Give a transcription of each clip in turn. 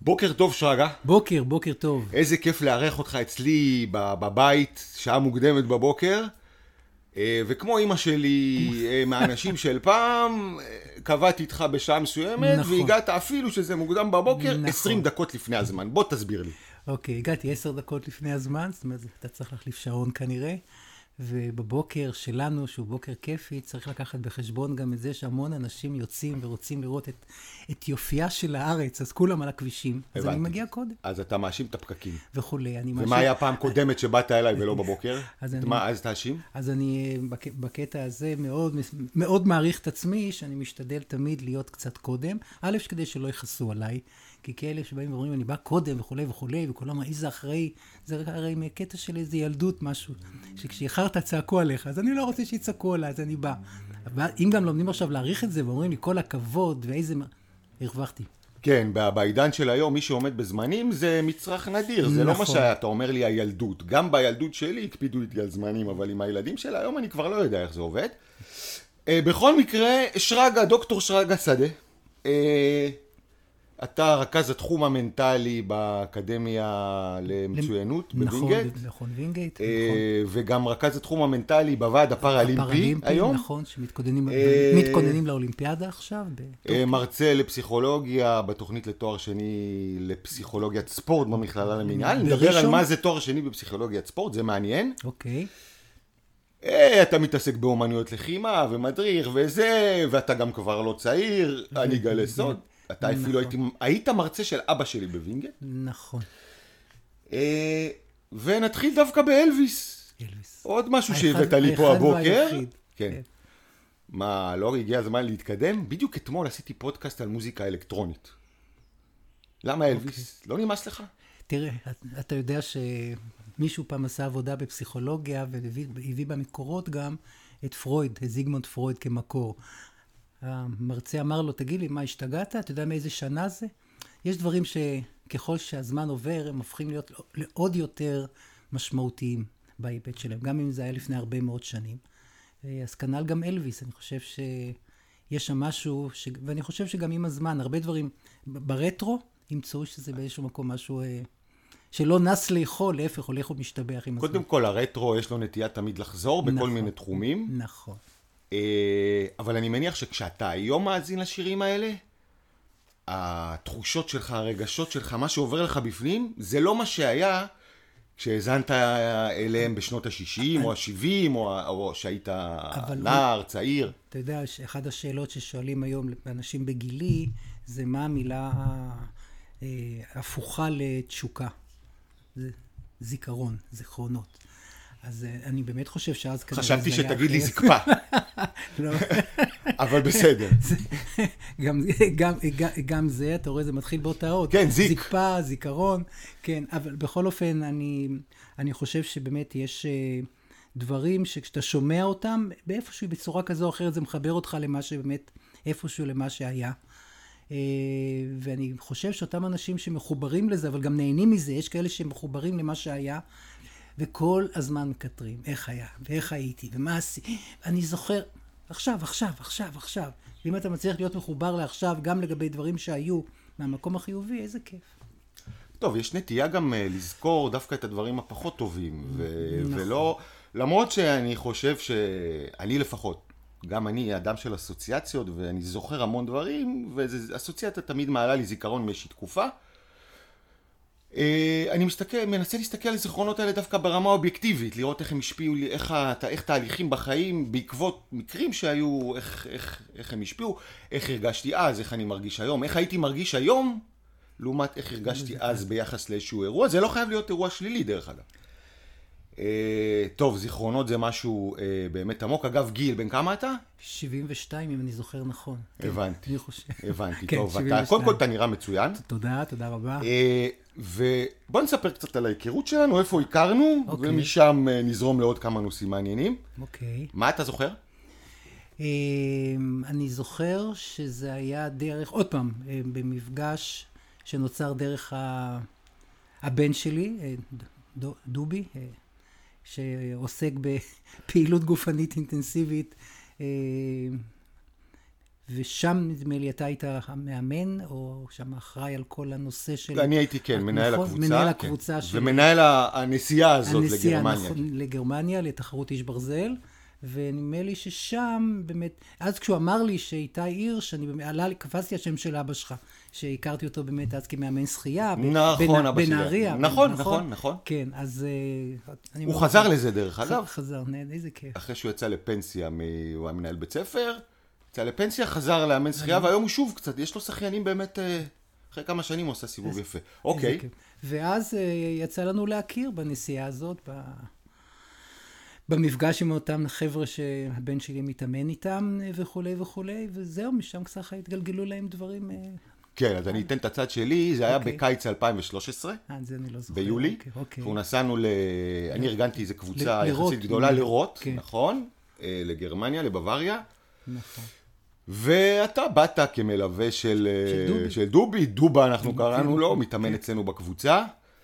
בוקר טוב שרגא. בוקר טוב. איזה כיף לארח אותך אצלי בבית, שעה מוקדמת בבוקר. וכמו אמא שלי, מהאנשים של פעם, קבעתי איתך בשעה מסוימת, נכון. והגעת אפילו שזה מוקדם בבוקר, נכון. 20 דקות לפני הזמן. בוא תסביר לי. אוקיי, הגעתי 10 דקות לפני הזמן, זאת אומרת, אתה צריך להחליף שעון כנראה, ובבוקר שלנו, שהוא בוקר כיפי, צריך לקחת בחשבון גם את זה שהמון אנשים יוצאים ורוצים לראות את יופייה של הארץ, אז כולם על הכבישים. אז אני מגיע קודם. אז אתה מאשים את הפקקים. וכולי. ומה היה פעם קודמת שבאת אליי ולא בבוקר? אז תאשים? אז אני בקטע הזה מאוד מעריך את עצמי, שאני משתדל תמיד להיות קצת קודם. א', כדי שלא יכעסו עליי, כי כאלה שבאים ואומרים, אני בא קודם וכולי, וכולם איזה אחראי, זה הרי מקטע של איזה ילדות משהו, שכשיחרת צעקו עליך, אז אני לא רוצה שיצעקו עליי, אז אני בא. אבל אם גם לומדים עכשיו להעריך את זה, ואומרים לי כל הכבוד, ואיזה... הרווחתי. כן, בעידן של היום, מי שעומד בזמנים זה מצרך נדיר, זה לא מה שאתה אומר לי הילדות. גם בילדות שלי הקפידו איתי על זמנים, אבל עם הילדים של היום אני כבר לא יודע איך זה עובד. בכל מקרה, שרגא, דוקטור שרגא שדה, אתה רכז התחום המנטלי באקדמיה למצוינות בווינגייט. נכון, וינגייט. וגם רכז התחום המנטלי בוועד הפראלימפי היום. נכון, שמתכוננים לאולימפיאדה עכשיו. מרצה לפסיכולוגיה בתוכנית לתואר שני לפסיכולוגיית ספורט במכללה למינהל. נדבר על מה זה תואר שני בפסיכולוגיית ספורט, זה מעניין. אוקיי. אתה מתעסק באומנויות לחימה ומדריך וזה, ואתה גם כבר לא צעיר, אני אגלה סוד. אתה אפילו היית מרצה של אבא שלי בווינגייט. נכון. ונתחיל דווקא באלוויס. עוד משהו שהבאת לי פה הבוקר. כן. מה, לא הגיע הזמן להתקדם? בדיוק אתמול עשיתי פודקאסט על מוזיקה אלקטרונית. למה אלוויס? לא נמאס לך? תראה, אתה יודע שמישהו פעם עשה עבודה בפסיכולוגיה, והביא במקורות גם את פרויד, את זיגמונד פרויד כמקור. המרצה אמר לו, תגיד לי, מה השתגעת? אתה יודע מאיזה שנה זה? יש דברים שככל שהזמן עובר, הם הופכים להיות לעוד יותר משמעותיים בהיבט שלהם, גם אם זה היה לפני הרבה מאוד שנים. אז כנ"ל גם אלוויס, אני חושב שיש שם משהו, ואני חושב שגם עם הזמן, הרבה דברים ברטרו, ימצאו שזה באיזשהו מקום משהו שלא נס לאכול, להפך, הולך ומשתבח עם הזמן. קודם כל, הרטרו יש לו נטייה תמיד לחזור בכל מיני תחומים. נכון. אבל אני מניח שכשאתה היום מאזין לשירים האלה, התחושות שלך, הרגשות שלך, מה שעובר לך בפנים, זה לא מה שהיה כשהאזנת אליהם בשנות ה-60 או ה-70, או שהיית נער, צעיר. אתה יודע, אחת השאלות ששואלים היום לאנשים בגילי, זה מה המילה הפוכה לתשוקה. זה זיכרון, זיכרונות. אז אני באמת חושב שאז... חשבתי שתגיד לי זקפה. לא. אבל בסדר. גם זה, אתה רואה, זה מתחיל באותה אות. כן, זיק. זקפה, זיכרון. כן, אבל בכל אופן, אני חושב שבאמת יש דברים שכשאתה שומע אותם, באיפשהו בצורה כזו או אחרת, זה מחבר אותך למה שבאמת, איפשהו למה שהיה. ואני חושב שאותם אנשים שמחוברים לזה, אבל גם נהנים מזה, יש כאלה שמחוברים למה שהיה, וכל הזמן מקטרים, איך היה, ואיך הייתי, ומה עשיתי, ואני זוכר, עכשיו. ואם אתה מצליח להיות מחובר לעכשיו, גם לגבי דברים שהיו מהמקום החיובי, איזה כיף. טוב, יש נטייה גם לזכור דווקא את הדברים הפחות טובים, ולא, למרות שאני חושב שאני לפחות, גם אני אדם של אסוציאציות, ואני זוכר המון דברים, ואסוציאציה תמיד מעלה לי זיכרון מאיזושהי תקופה, אני מנסה להסתכל על הזיכרונות האלה דווקא ברמה אובייקטיבית, לראות איך הם השפיעו לי, איך תהליכים בחיים בעקבות מקרים שהיו, איך הם השפיעו, איך הרגשתי אז, איך אני מרגיש היום, איך הייתי מרגיש היום, לעומת איך הרגשתי אז ביחס לאיזשהו אירוע. זה לא חייב להיות אירוע שלילי דרך אגב. טוב, זיכרונות זה משהו באמת עמוק. אגב, גיל, בן כמה אתה? 72, אם אני זוכר נכון. הבנתי. אני חושב. הבנתי, כן, טוב. 72. קודם כל אתה נראה מצוין. תודה רבה. ובוא נספר קצת על ההיכרות שלנו, איפה הכרנו, ומשם נזרום לעוד כמה נושאים מעניינים. אוקיי. מה אתה זוכר? אני זוכר שזה היה דרך, עוד פעם, במפגש שנוצר דרך הבן שלי, דובי, שעוסק בפעילות גופנית אינטנסיבית, ושם נדמה לי אתה היית המאמן, או שם אחראי על כל הנושא של... אני הייתי, כן, מנהל הקבוצה. מנהל הקבוצה של... ומנהל הנסיעה הזאת לגרמניה. הנסיעה, נכון, לגרמניה, לתחרות איש ברזל. ונדמה לי ששם באמת, אז כשהוא אמר לי שאיתי הירש, קפצתי השם של אבא שלך, שהכרתי אותו באמת אז כמאמן שחייה, נכון, אבא שלי. בנהריה. נכון. כן, אז... הוא חזר לזה דרך אגב. חזר, איזה כיף. אחרי שהוא יצא לפנסיה, הוא היה מנהל בית ספר, יצא לפנסיה, חזר לאמן שחייה, והיום הוא שוב קצת, יש לו שחיינים באמת, אחרי כמה שנים הוא עושה סיבוב יפה. אוקיי. ואז יצא לנו להכיר בנסיעה הזאת, במפגש עם אותם חבר'ה שהבן שלי מתאמן איתם וכו', וזהו, משם קצת התגלגלו להם דברים. כן, אז אני אתן את הצד שלי, זה היה בקיץ 2013, זה אני לא זוכר. ביולי, אנחנו נסענו אני ארגנתי איזו קבוצה יחסית גדולה לרוט, נכון, לגרמניה, לבוואריה. נכון. ואתה באת כמלווה של דובי, דובה אנחנו קראנו לו, מתאמן אצלנו בקבוצה.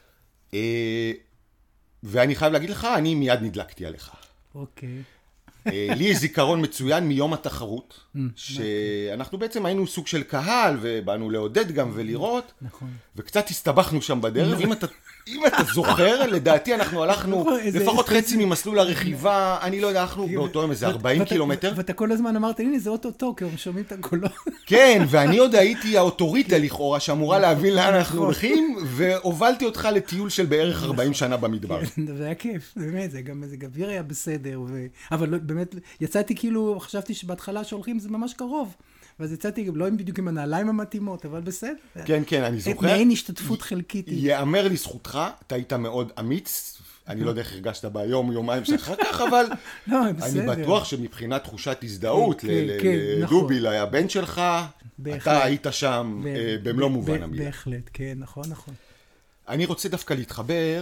ואני חייב להגיד לך, אני מיד נדלקתי עליך. אוקיי. לי יש זיכרון מצוין מיום התחרות, שאנחנו בעצם היינו סוג של קהל, ובאנו לעודד גם ולראות, וקצת הסתבכנו שם בדרך, אם אתה זוכר, לדעתי אנחנו הלכנו לפחות חצי ממסלול הרכיבה, אני לא יודע, אנחנו באותו יום איזה 40 קילומטר. ואתה כל הזמן אמרת, הנה זה אוטוטו, כי הם שומעים את הקולות. כן, ואני עוד הייתי האוטוריטה לכאורה, שאמורה להבין לאן אנחנו הולכים, והובלתי אותך לטיול של בערך 40 שנה במדבר. זה היה כיף, באמת, זה גם איזה גביר היה בסדר, אבל באמת, יצאתי כאילו, חשבתי שבהתחלה שהולכים זה ממש קרוב. ואז יצאתי, לא בדיוק עם הנעליים המתאימות, אבל בסדר. כן, אני זוכר. מעין השתתפות חלקית. יאמר לזכותך, אתה היית מאוד אמיץ, אני לא יודע איך הרגשת ביום, יומיים שאחר כך, אבל אני בטוח שמבחינת תחושת הזדהות לדובי, לבן שלך, אתה היית שם במלוא מובן המילה. בהחלט, כן, נכון. אני רוצה דווקא להתחבר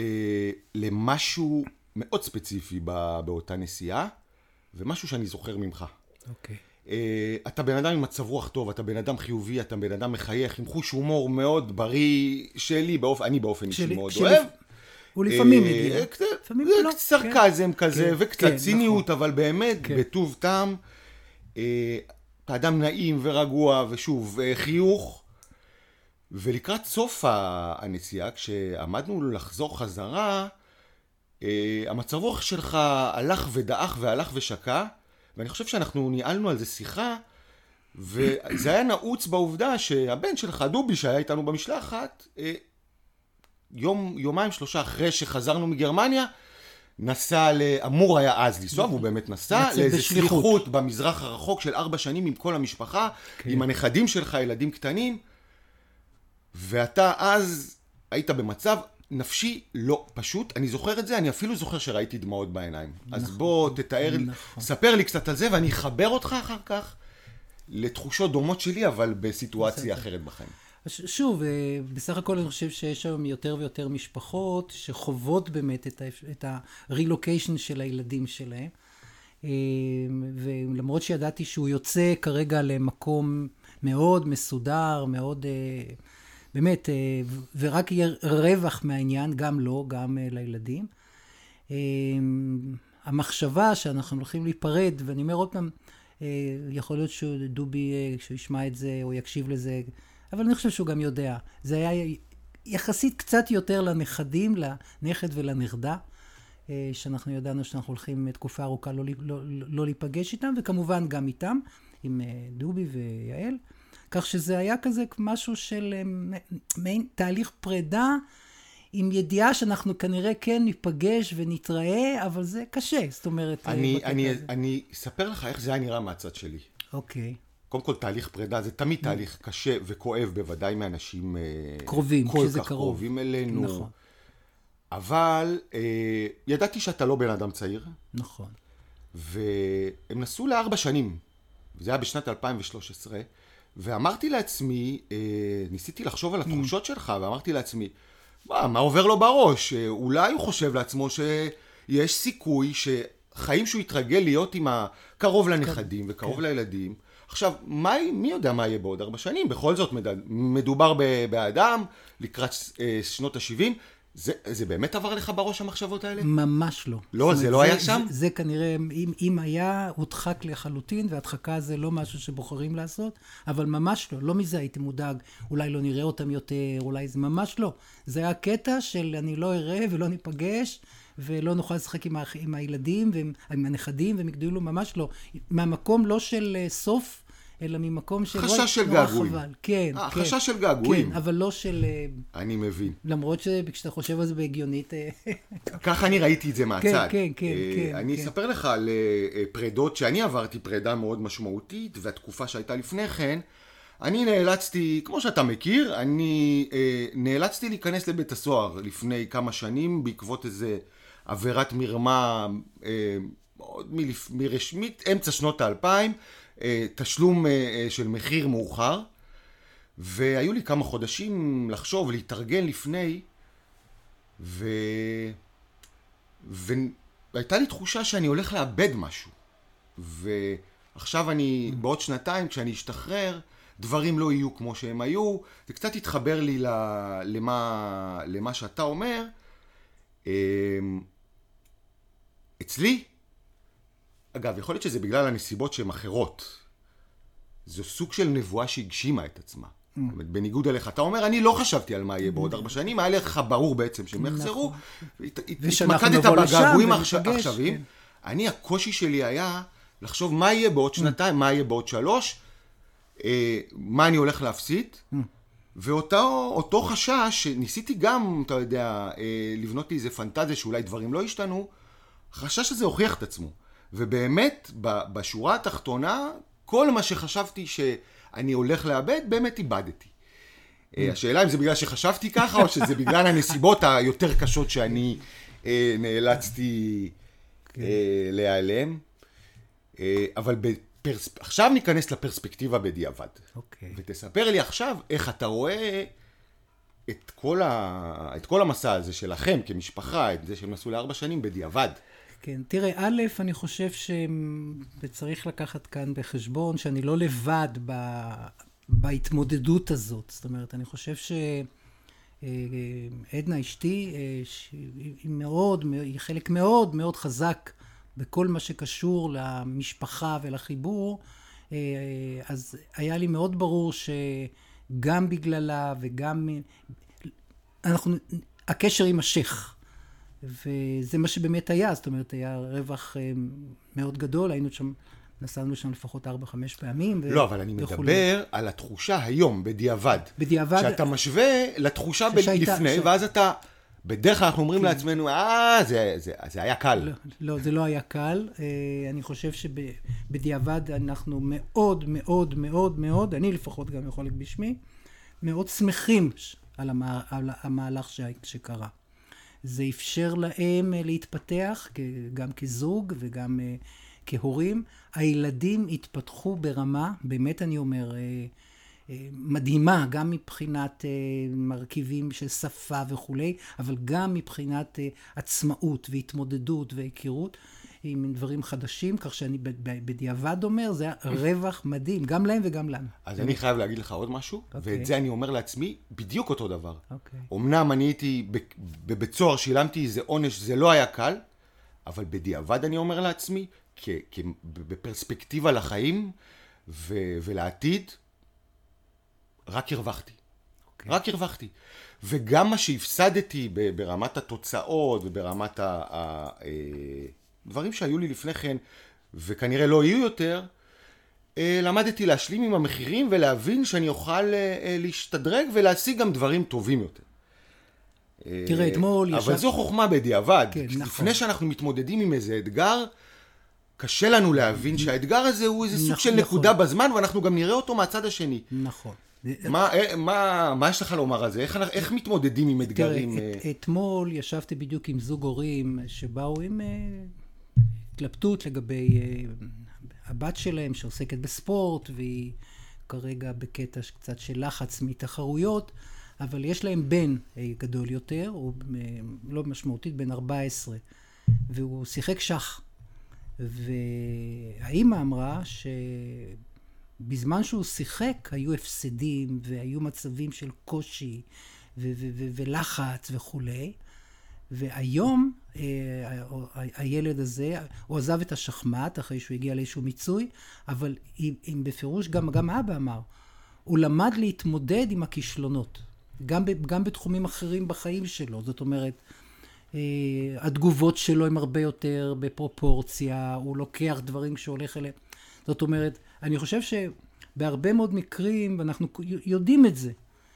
למשהו מאוד ספציפי באותה נסיעה, ומשהו שאני זוכר ממך. אוקיי. אתה בן אדם עם מצב רוח טוב, אתה בן אדם חיובי, אתה בן אדם מחייך, עם חוש הומור מאוד בריא שלי, אני באופן אישי מאוד אוהב. הוא לפעמים מגיע. קצת סרקזם כזה, וקצת ציניות, אבל באמת, בטוב טעם, אתה אדם נעים ורגוע, ושוב, חיוך. ולקראת סוף הנסיעה, כשעמדנו לחזור חזרה, המצב רוח שלך הלך ודעך והלך ושקע, ואני חושב שאנחנו ניהלנו על זה שיחה, וזה היה נעוץ בעובדה שהבן שלך, דובי, שהיה איתנו במשלחת, יומיים שלושה אחרי שחזרנו מגרמניה, נסע אמור היה אז לנסוע, והוא באמת נסע לאיזו שליחות במזרח הרחוק של 4 שנים עם כל המשפחה, עם הנכדים שלך, ילדים קטנים, ואתה אז היית במצב נפשי לא פשוט, אני זוכר את זה, אני אפילו זוכר שראיתי דמעות בעיניים. אז בוא תתאר, ספר לי קצת על זה, ואני אחבר אותך אחר כך לתחושות דומות שלי, אבל בסיטואציה אחרת בחיים. שוב, בסך הכל אני חושב שיש היום יותר ויותר משפחות שחוות באמת את הרילוקיישן של הילדים שלהם, ולמרות שידעתי שהוא יוצא כרגע למקום מאוד מסודר, מאוד... באמת, ורק יהיה רווח מהעניין, גם לו, גם לילדים. המחשבה שאנחנו הולכים להיפרד, ואני אומר עוד פעם, יכול להיות שדובי, כשהוא ישמע את זה, או יקשיב לזה, אבל אני חושב שהוא גם יודע. זה היה יחסית קצת יותר לנכדים, לנכד ולנכדה, שאנחנו ידענו שאנחנו הולכים תקופה ארוכה לא להיפגש איתם, וכמובן גם איתם, עם דובי ויעל. כך שזה היה כזה משהו של מעין תהליך פרידה, עם ידיעה שאנחנו כנראה כן ניפגש ונתראה, אבל זה קשה, זאת אומרת... אני אספר לך איך זה היה נראה מהצד שלי. אוקיי. קודם כל, תהליך פרידה זה תמיד תהליך קשה וכואב, בוודאי מאנשים קרובים, כל כך קרובים אלינו. נכון. אבל ידעתי שאתה לא בן אדם צעיר. נכון. והם נסעו ל4 שנים, וזה היה בשנת 2013, ואמרתי לעצמי, ניסיתי לחשוב על התחושות שלך, ואמרתי לעצמי, מה עובר לו בראש? אולי הוא חושב לעצמו שיש סיכוי שחיים שהוא יתרגל להיות עם הקרוב לנכדים וקרוב לילדים. עכשיו, מי יודע מה יהיה בעוד 4 שנים? בכל זאת מדובר באדם לקראת שנות ה-70. זה באמת עבר לך בראש המחשבות האלה? ממש לא. לא, זה לא היה שם? זה כנראה, אם היה, הודחק לחלוטין, והדחקה זה לא משהו שבוחרים לעשות, אבל ממש לא, לא מזה הייתי מודאג, אולי לא נראה אותם יותר, אולי זה ממש לא. זה היה קטע של אני לא אראה ולא ניפגש, ולא נוכל לשחק עם הילדים ועם הנכדים, והם יגדלו ממש לא. מהמקום לא של סוף, אלא ממקום של... חשש של געגועים. כן, כן. חשש של געגועים. כן, אבל לא של... אני מבין. למרות שכשאתה חושב על זה בהגיונית... ככה אני ראיתי את זה מהצד. כן, כן, כן. אני אספר לך על פרדות שאני עברתי פרדה מאוד משמעותית, והתקופה שהייתה לפני כן, אני נאלצתי, כמו שאתה מכיר, אני נאלצתי להיכנס לבית הסוהר לפני כמה שנים, בעקבות איזה עבירת מרמה מרשמית, אמצע שנות ה-2000, תשלום של מחיר מאוחר, והיו לי כמה חודשים לחשוב, להתארגן לפני, והייתה לי תחושה שאני הולך לאבד משהו. ועכשיו בעוד שנתיים, כשאני אשתחרר, דברים לא יהיו כמו שהם היו. זה קצת התחבר לי למה שאתה אומר. אצלי, אגב, יכול להיות שזה בגלל הנסיבות שהן אחרות. זו סוג של נבואה שהגשימה את עצמה. בניגוד אליך, אתה אומר, אני לא חשבתי על מה יהיה בעוד 4 שנים, היה לך ברור בעצם שהם יחזרו, התמקדת בגעגועים עכשוויים. אני, הקושי שלי היה לחשוב מה יהיה בעוד שנתיים, מה יהיה בעוד 3, מה אני הולך להפסיד, ואותו חשש שניסיתי גם, אתה יודע, לבנות לי איזה פנטזיה שאולי דברים לא השתנו, החשש הזה הוכיח את עצמו. ובאמת, בשורה התחתונה, כל מה שחשבתי שאני הולך לאבד, באמת איבדתי. השאלה אם זה בגלל שחשבתי ככה, או שזה בגלל הנסיבות היותר קשות שאני נאלצתי להיעלם. אבל עכשיו ניכנס לפרספקטיבה בדיעבד. ותספר לי עכשיו איך אתה רואה את כל המסע הזה שלכם כמשפחה, את זה שהם נסעו ל4 שנים בדיעבד. כן, תראה, א', אני חושב שצריך לקחת כאן בחשבון שאני לא לבד בהתמודדות הזאת. זאת אומרת, אני חושב שעדנה אשתי, היא חלק מאוד מאוד חזק בכל מה שקשור למשפחה ולחיבור, אז היה לי מאוד ברור שגם בגללה וגם הקשר יימשך. וזה מה שבאמת היה, זאת אומרת, היה רווח מאוד גדול, נסענו שם לפחות 4-5 פעמים. לא, אבל אני מדבר על התחושה היום, בדיעבד. בדיעבד. שאתה משווה לתחושה לפני, ואז אתה, בדרך כלל אנחנו אומרים לעצמנו, זה היה קל. לא, זה לא היה קל. אני חושב שבדיעבד אנחנו מאוד מאוד מאוד מאוד, אני לפחות גם יכול להגיד בשמי, מאוד שמחים על המהלך שקרה. זה אפשר להם להתפתח, גם כזוג וגם כהורים. הילדים התפתחו ברמה, באמת אני אומר, מדהימה, גם מבחינת מרכיבים של שפה וכו', אבל גם מבחינת עצמאות והתמודדות והיכרות עם דברים חדשים, כך שאני בדיעבד אומר, זה היה רווח מדהים, גם להם וגם לנו. אז אני חייב להגיד לך עוד משהו, ואת זה אני אומר לעצמי, בדיוק אותו דבר. אוקיי. אמנם אני הייתי בבית סוהר, שילמתי איזה עונש, זה לא היה קל, אבל בדיעבד אני אומר לעצמי, בפרספקטיבה לחיים ולעתיד, רק הרווחתי. רק הרווחתי. וגם מה שהפסדתי ברמת התוצאות וברמת דברים שהיו לי לפני כן, וכנראה לא יהיו יותר, למדתי להשלים עם המחירים ולהבין שאני אוכל להשתדרג ולהשיג גם דברים טובים יותר. תראה, אתמול אבל זו חוכמה בדיעבד. כן, נכון. לפני שאנחנו מתמודדים עם איזה אתגר, קשה לנו להבין שהאתגר הזה הוא איזה סוג של נקודה בזמן, ואנחנו גם נראה אותו מהצד השני. נכון. מה יש לך לומר על זה? איך מתמודדים עם אתגרים? תראה, אתמול ישבתי בדיוק עם זוג הורים שבאו עם התלבטות לגבי הבת שלהם שעוסקת בספורט, והיא כרגע בקטע קצת של לחץ מתחרויות, אבל יש להם בן גדול יותר, הוא לא משמעותית, בן 14, והוא שיחק שח. והאמא אמרה שבזמן שהוא שיחק היו הפסדים והיו מצבים של קושי ולחץ וכו', והיום הילד הזה, הוא עזב את השחמט אחרי שהוא הגיע לאיזשהו מיצוי, אבל אם בפירוש גם אבא אמר, הוא למד להתמודד עם הכישלונות, גם בתחומים אחרים בחיים שלו. זאת אומרת, התגובות שלו הם הרבה יותר בפרופורציה, הוא לוקח דברים שהולך אליהם. זאת אומרת, אני חושב שבהרבה מאוד מקרים, ואנחנו יודעים את זה,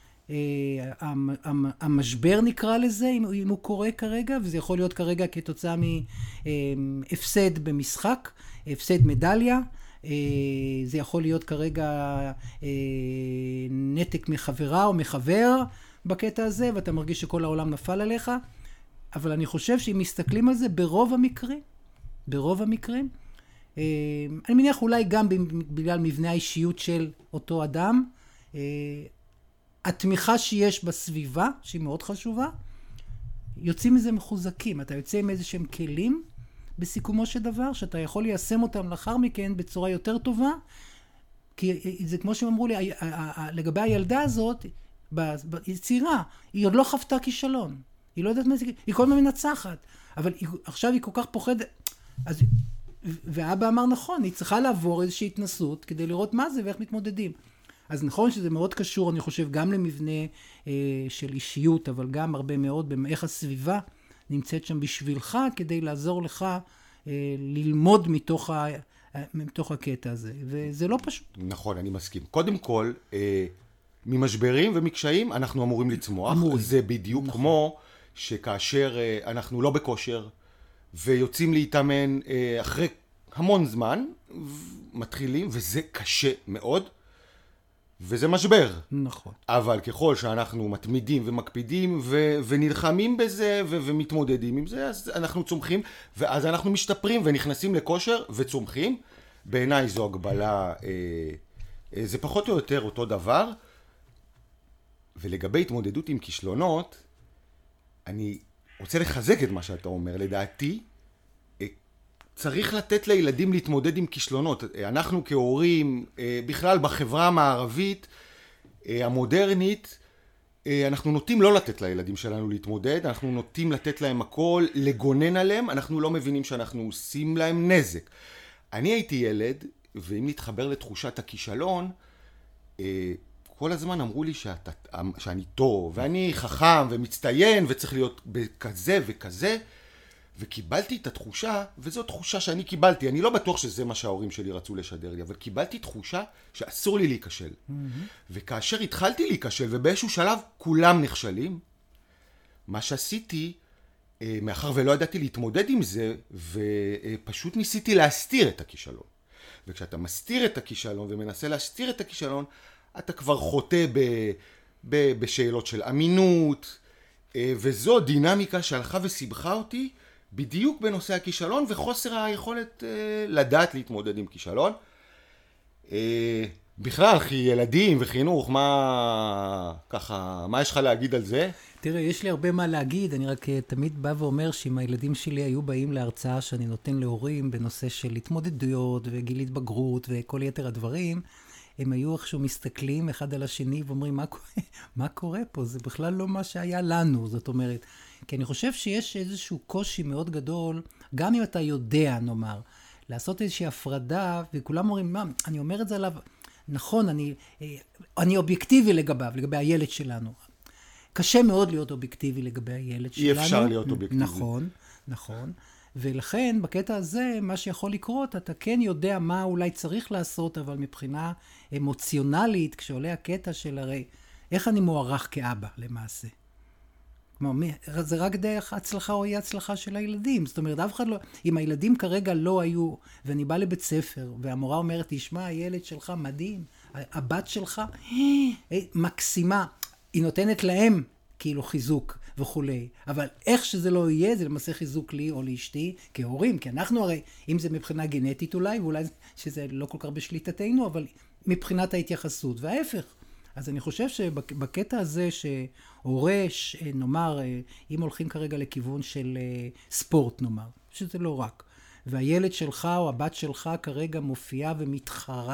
המשבר נקרא לזה, אם הוא קורה כרגע, וזה יכול להיות כרגע כתוצאה מהפסד במשחק, הפסד מדליה, זה יכול להיות כרגע נתק מחברה או מחבר בקטע הזה, ואתה מרגיש שכל העולם נפל עליך, אבל אני חושב שאם מסתכלים על זה ברוב המקרים, אני מניח אולי גם בגלל מבנה האישיות של אותו אדם, התמיכה שיש בסביבה, שהיא מאוד חשובה, יוצאים מזה מחוזקים. אתה יוצא עם איזה שהם כלים בסיכומו של דבר, שאתה יכול ליישם אותם לאחר מכן בצורה יותר טובה, כי זה כמו שהם אמרו לי, לגבי הילדה הזאת, בצעירה, היא עוד לא חוותה כישלון. היא לא יודעת מה זה, היא כל הזמן מנצחת, אבל עכשיו היא כל כך פוחדת. ואבא אמר נכון, היא צריכה לעבור איזושהי התנסות כדי לראות מה זה ואיך מתמודדים. אז נכון שזה מאוד קשור, אני חושב, גם למבנה של אישיות, אבל גם הרבה מאוד באיך הסביבה נמצאת שם בשבילך, כדי לעזור לך ללמוד מתוך הקטע הזה. וזה לא פשוט. נכון, אני מסכים. קודם כל, ממשברים ומקשיים אנחנו אמורים לצמוח. זה בדיוק נכון. כמו שכאשר אנחנו לא בכושר, ויוצאים להתאמן אחרי המון זמן, מתחילים, וזה קשה מאוד, וזה משבר. נכון. אבל ככל שאנחנו מתמידים ומקפידים ונלחמים בזה ומתמודדים עם זה, אז אנחנו צומחים, ואז אנחנו משתפרים ונכנסים לכושר וצומחים. בעיניי זו הגבלה, זה פחות או יותר אותו דבר. ולגבי התמודדות עם כישלונות, אני רוצה לחזק את מה שאתה אומר. לדעתי, צריך לתת לילדים להתמודד עם כישלונות. אנחנו כהורים, בכלל בחברה המערבית, המודרנית, אנחנו נוטים לא לתת לילדים שלנו להתמודד, אנחנו נוטים לתת להם הכל, לגונן עליהם, אנחנו לא מבינים שאנחנו עושים להם נזק. אני הייתי ילד, ואם נתחבר לתחושת הכישלון, כל הזמן אמרו לי שאני טוב, ואני חכם ומצטיין, וצריך להיות כזה וכזה, וקיבלתי את התחושה, וזו תחושה שאני קיבלתי, אני לא בטוח שזה מה שההורים שלי רצו לשדר לי, אבל קיבלתי תחושה שאסור לי להיכשל. וכאשר התחלתי להיכשל, ובאיזשהו שלב כולם נכשלים, מה שעשיתי, מאחר ולא ידעתי להתמודד עם זה, ופשוט ניסיתי להסתיר את הכישלון. וכשאתה מסתיר את הכישלון ומנסה להסתיר את הכישלון, אתה כבר חוטא בשאלות של אמינות, וזו דינמיקה שהלכה וסיבכה אותי בדיוק בנושא הכישלון וחוסר היכולת לדעת להתמודד עם כישלון. בכלל, ילדים וחינוך, מה יש לך להגיד על זה? תראה, יש לי הרבה מה להגיד, אני רק תמיד בא ואומר שאם הילדים שלי היו באים להרצאה שאני נותן להורים בנושא של התמודדויות וגיל התבגרות וכל יתר הדברים, הם היו איכשהו מסתכלים אחד על השני ואומרים, מה קורה פה? זה בכלל לא מה שהיה לנו. זאת אומרת, כי אני חושב שיש איזשהו קושי מאוד גדול, גם אם אתה יודע, נאמר, לעשות איזושהי הפרדה, וכולם אומרים, מה, אני אומר את זה עליו, נכון, אני אובייקטיבי לגבי הילד שלנו. קשה מאוד להיות אובייקטיבי לגבי הילד שלנו. אי אפשר להיות אובייקטיבי. נכון. ולכן, בקטע הזה, מה שיכול לקרות, אתה כן יודע מה אולי צריך לעשות, אבל מבחינה אמוציונלית, כשעולה הקטע של הרי, איך אני מוערך כאבא, למעשה? כלומר, זה רק דרך הצלחה או אי הצלחה של הילדים. זאת אומרת, אף אחד לא, אם הילדים כרגע לא היו, ואני בא לבית ספר, והמורה אומרת, תשמע, הילד שלך מדהים, הבת שלך מקסימה, היא נותנת להם כאילו חיזוק וכולי. אבל איך שזה לא יהיה, זה למעשה חיזוק לי או לאשתי כהורים, כי אנחנו הרי, אם זה מבחינה גנטית אולי, ואולי שזה לא כל כך בשליטתנו, אבל מבחינת ההתייחסות, וההפך. אז אני חושב שבקטע הזה שהורה, נאמר, אם הולכים כרגע לכיוון של ספורט, נאמר, שזה לא רק, והילד שלך או הבת שלך כרגע מופיעה ומתחרה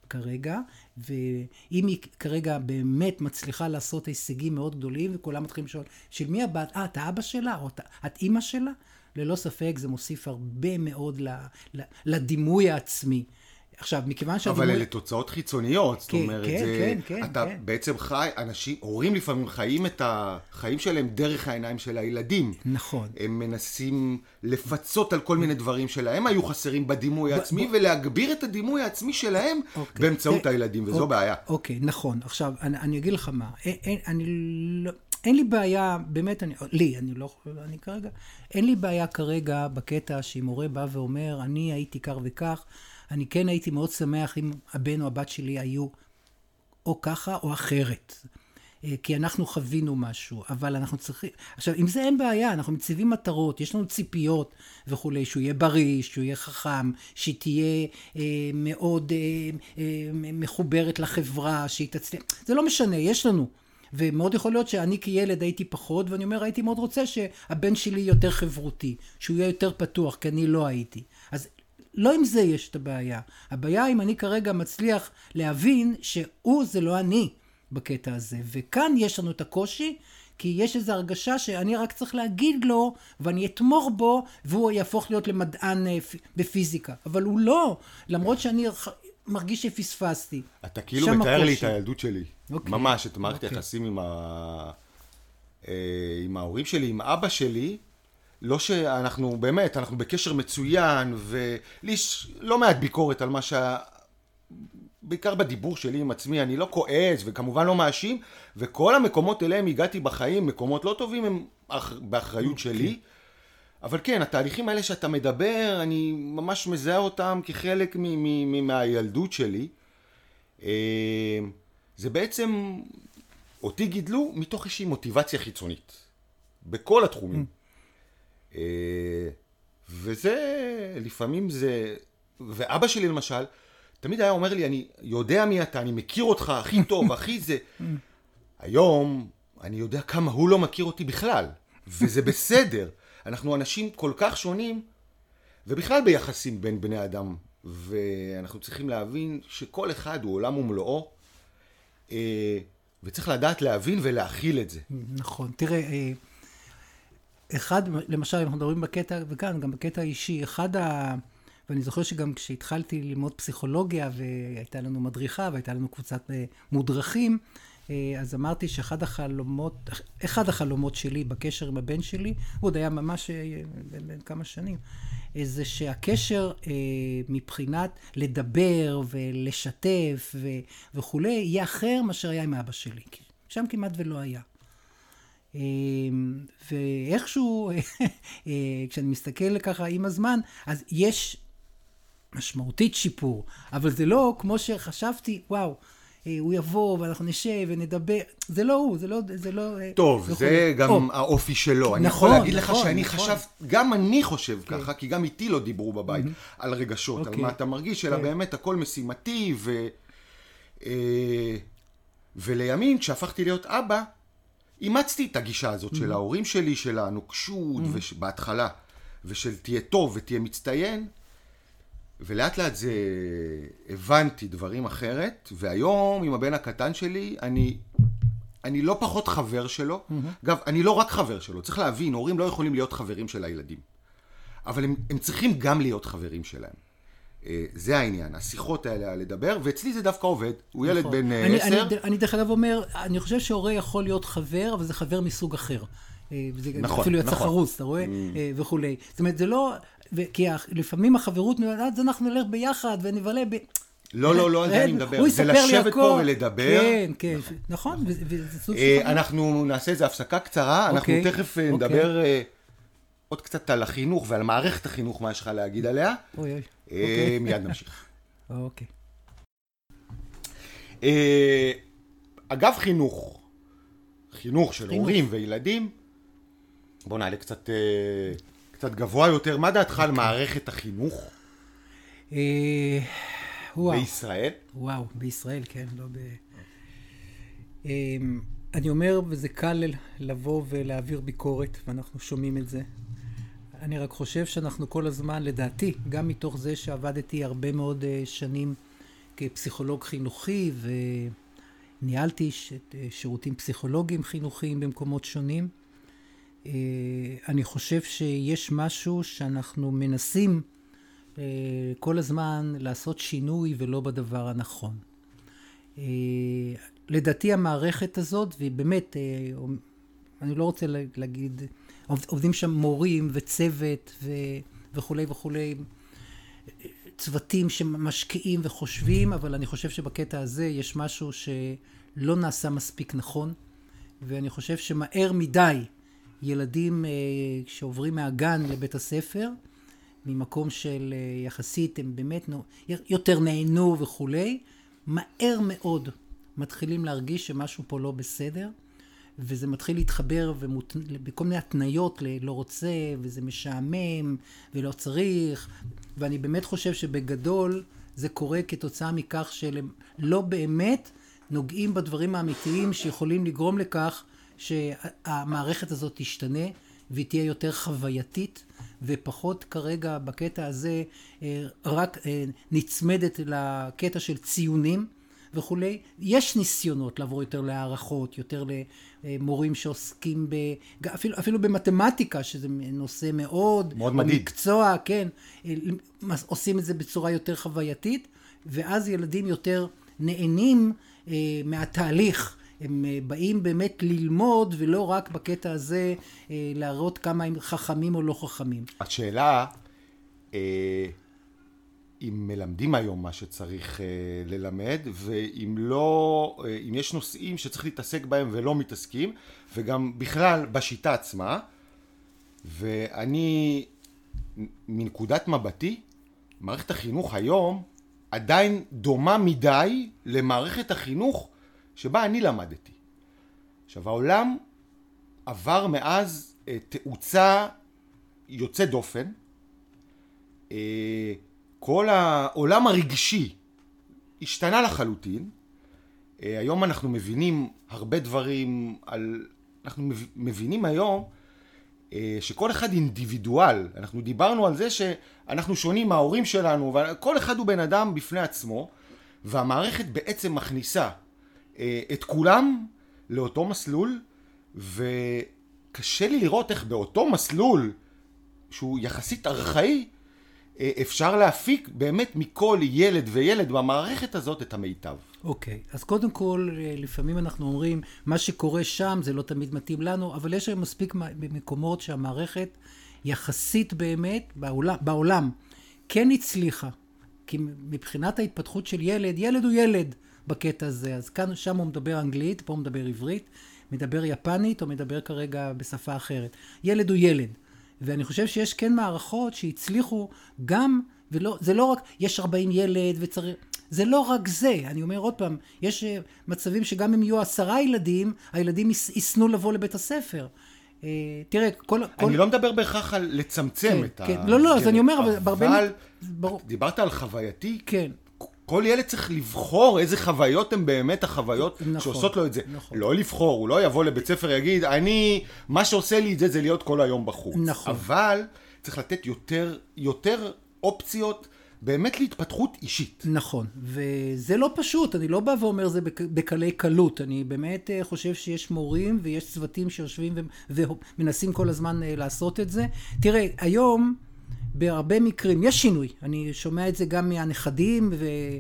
כרגע, ואם היא כרגע באמת מצליחה לעשות הישגים מאוד גדולים, וכולם מתחילים לשאול, של מי הבת? אתה אבא שלה? או את אימא שלה? ללא ספק זה מוסיף הרבה מאוד לדימוי העצמי. עכשיו, מכיוון שהדימוי... אבל אלה תוצאות חיצוניות, זאת אומרת, כן, אתה בעצם חי, הורים לפעמים חיים את החיים שלהם דרך העיניים של הילדים. נכון. הם מנסים לפצות על כל מיני דברים שלהם היו חסרים בדימוי העצמי, ולהגביר את הדימוי העצמי שלהם באמצעות הילדים, וזו בעיה. אוקיי, נכון. עכשיו, אני אגיד לך מה, אין לי בעיה, באמת, אין לי בעיה כרגע בקטע שאם הורה בא ואומר, אני הייתי כך וכך, אני כן הייתי מאוד שמח אם הבן או הבת שלי היו או ככה או אחרת. כי אנחנו חווינו משהו, אבל אנחנו צריכים... עכשיו, עם זה אין בעיה, אנחנו מציבים מטרות, יש לנו ציפיות וכולי, שהוא יהיה בריא, שהוא יהיה חכם, שהיא תהיה מאוד מחוברת לחברה, שהיא תצליח... זה לא משנה, יש לנו. ומאוד יכול להיות שאני כילד הייתי פחות, ואני אומר, הייתי מאוד רוצה שהבן שלי יותר חברותי, שהוא יהיה יותר פתוח, כי אני לא הייתי. אז לא עם זה יש את הבעיה. הבעיה אם אני כרגע מצליח להבין שהוא זה לא אני בקטע הזה. וכאן יש לנו את הקושי, כי יש איזו הרגשה שאני רק צריך להגיד לו, ואני אתמוך בו, והוא יהפוך להיות למדען בפיזיקה. אבל הוא לא, למרות שאני מרגיש שפספסתי. אתה כאילו מתאר לי את הילדות שלי. ממש, את מערכת היחסים עם ההורים שלי, עם אבא שלי, לא שאנחנו באמת, אנחנו בקשר מצוין, ולי יש לא מעט ביקורת על מה בעיקר בדיבור שלי עם עצמי, אני לא כועס וכמובן לא מאשים, וכל המקומות אליהם הגעתי בחיים, מקומות לא טובים הם באחריות שלי, אבל כן, התהליכים האלה שאתה מדבר, אני ממש מזהה אותם כחלק מהילדות שלי. זה בעצם, אותי גידלו מתוך איזושהי מוטיבציה חיצונית, בכל התחומים. וזה, לפעמים זה, ואבא שלי למשל, תמיד היה אומר לי, אני יודע מי אתה, אני מכיר אותך הכי טוב, הכי זה. היום, אני יודע כמה הוא לא מכיר אותי בכלל, וזה בסדר. אנחנו אנשים כל כך שונים, ובכלל ביחסים בין בני אדם, ואנחנו צריכים להבין שכל אחד הוא עולם ומלואו, וצריך לדעת להבין ולהכיל את זה. נכון, תראה, אחד, למשל, אנחנו מדברים בקטע, וכאן גם בקטע האישי, ואני זוכר שגם כשהתחלתי ללמוד פסיכולוגיה, והייתה לנו מדריכה, והייתה לנו קבוצת מודרכים, אז אמרתי שאחד החלומות שלי בקשר עם הבן שלי, הוא עוד היה ממש בין כמה שנים, זה שהקשר מבחינת לדבר ולשתף וכולי, יהיה אחר מאשר היה עם אבא שלי. שם כמעט ולא היה. ואיכשהו, כשאני מסתכל ככה עם הזמן, אז יש משמעותית שיפור, אבל זה לא כמו שחשבתי, וואו, הוא יבוא ואנחנו נשב ונדבר, זה לא הוא, זה לא... טוב, זה גם האופי שלו. אני יכול להגיד לך שאני חשב, גם אני חושב ככה, כי גם איתי לא דיברו בבית על רגשות, על מה אתה מרגיש, אלא באמת הכל משימתי, ולימים, כשהפכתי להיות אבא, אימצתי את הגישה הזאת של ההורים שלי, של הנוקשות בהתחלה, ושל תהיה טוב ותהיה מצטיין, ולאט לאט זה הבנתי דברים אחרת, והיום עם הבן הקטן שלי, אני לא פחות חבר שלו, אגב, אני לא רק חבר שלו, צריך להבין, הורים לא יכולים להיות חברים של הילדים, אבל הם צריכים גם להיות חברים שלהם. זה העניין, השיחות האלה לדבר, ואצלי זה דווקא עובד, הוא ילד בן 10. אני דרך אגב אומר, אני חושב שהורה יכול להיות חבר, אבל זה חבר מסוג אחר. נכון, אפילו יצא חרוץ, אתה רואה? וכולי. זאת אומרת, זה לא, כי לפעמים החברות, אז אנחנו נלך ביחד ונבלה לא, על זה אני מדבר. זה לשבת פה ולדבר. כן, נכון. אנחנו נעשה איזו הפסקה קצרה, אנחנו תכף נדבר עוד קצת על החינוך ועל מערכת החינוך, מה יש לך להגיד עליה. מיד נמשיך. אוקיי. אגב חינוך של הורים וילדים, בוא נעלה קצת גבוה יותר, מה דעתך על מערכת החינוך בישראל? וואו, בישראל, כן, לא אני אומר, וזה קל לבוא ולהעביר ביקורת, ואנחנו שומעים את זה. אני רק חושב שאנחנו כל הזמן, לדעתי, גם מתוך זה שעבדתי הרבה מאוד שנים כפסיכולוג חינוכי, וניהלתי שירותים פסיכולוגיים חינוכיים במקומות שונים. אני חושב שיש משהו שאנחנו מנסים כל הזמן לעשות שינוי ולא בדבר הנכון. לדעתי המערכת הזאת, והיא באמת, אני לא רוצה להגיד, עובדים שם מורים וצוות וכולי וכולי, צוותים שמשקיעים וחושבים, אבל אני חושב שבקטע הזה יש משהו שלא נעשה מספיק נכון, ואני חושב שמהר מדי ילדים שעוברים מהגן לבית הספר, ממקום של יחסית הם באמת יותר נהנו וכולי, מהר מאוד מתחילים להרגיש שמשהו פה לא בסדר, וזה מתחיל להתחבר בכל מיני התניות לא רוצה, וזה משעמם, ולא צריך, ואני באמת חושב שבגדול זה קורה כתוצאה מכך שהם לא באמת נוגעים בדברים האמיתיים שיכולים לגרום לכך שהמערכת הזאת תשתנה, והיא תהיה יותר חווייתית, ופחות כרגע בקטע הזה רק נצמדת לקטע של ציונים וכולי. יש ניסיונות לעבור יותר להערכות, יותר למורים שעוסקים אפילו במתמטיקה, שזה נושא מאוד מדהים. מקצוע, כן, עושים את זה בצורה יותר חווייתית, ואז ילדים יותר נהנים מהתהליך. הם באים באמת ללמוד, ולא רק בקטע הזה להראות כמה הם חכמים או לא חכמים. השאלה, אם מלמדים היום מה שצריך ללמד, ואם לא, אם יש נושאים שצריך להתעסק בהם ולא מתעסקים, וגם בכלל בשיטה עצמה, ואני, מנקודת מבטי, מערכת החינוך היום עדיין דומה מדי למערכת החינוך שבה אני למדתי. עכשיו, העולם עבר מאז תאוצה יוצא דופן. כל העולם הרגשי השתנה לחלוטין. היום אנחנו מבינים הרבה דברים אנחנו מבינים היום שכל אחד אינדיבידואל. אנחנו דיברנו על זה שאנחנו שונים מההורים שלנו, וכל אחד הוא בן אדם בפני עצמו, והמערכת בעצם מכניסה את כולם לאותו מסלול, וקשה לי לראות איך באותו מסלול שהוא יחסית ארכאי אפשר להפיק באמת מכל ילד וילד במערכת הזאת את המיטב. אוקיי, אז קודם כל, לפעמים אנחנו אומרים, מה שקורה שם זה לא תמיד מתאים לנו, אבל יש מספיק במקומות שהמערכת יחסית באמת בעולם כן הצליחה, כי מבחינת ההתפתחות של ילד הוא ילד בקטע הזה, אז כאן שם הוא מדבר אנגלית, פה הוא מדבר עברית, מדבר יפנית או מדבר כרגע בשפה אחרת. ילד הוא ילד. ואני חושב שיש כן מערכות שהצליחו גם, זה לא רק, יש 40 ילד וצריך, זה לא רק זה. אני אומר עוד פעם, יש מצבים שגם אם יהיו 10 ילדים, הילדים יסנו לבוא לבית הספר. תראה, אני לא מדבר בהכרח על לצמצם את ה... לא, אז אני אומר, אבל דיברת על חווייתי. כן. כל ילד צריך לבחור איזה חוויות הן באמת החוויות שעושות לו את זה. לא לבחור, הוא לא יבוא לבית ספר יגיד, מה שעושה לי את זה להיות כל היום בחוץ. אבל צריך לתת יותר אופציות באמת להתפתחות אישית. נכון, וזה לא פשוט, אני לא בא ואומר זה בקלי קלות, אני באמת חושב שיש מורים ויש צוותים שיושבים ומנסים כל הזמן לעשות את זה. תראה, היום בהרבה מקרים יש שינוי, אני שומע את זה גם מהנכדים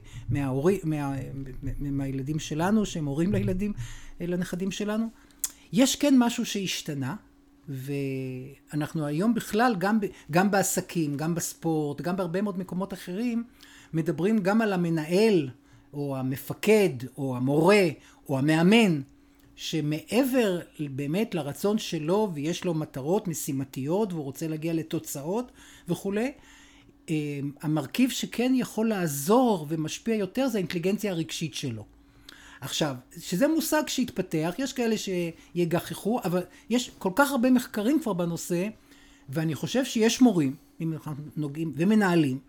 מהילדים שלנו, שהם הורים לנכדים שלנו. יש כן משהו שהשתנה, ואנחנו היום בכלל גם בעסקים, גם בספורט, גם בהרבה מאוד מקומות אחרים, מדברים גם על המנהל, או המפקד, או המורה, או המאמן, שמעבר באמת לרצון שלו, ויש לו מטרות משימתיות, והוא רוצה להגיע לתוצאות וכו'. המרכיב שכן יכול לעזור ומשפיע יותר, זה האינטליגנציה הרגשית שלו. עכשיו, שזה מושג שהתפתח, יש כאלה שיגחכו, אבל יש כל כך הרבה מחקרים כבר בנושא, ואני חושב שיש מורים, אם אנחנו נוגעים, ומנהלים,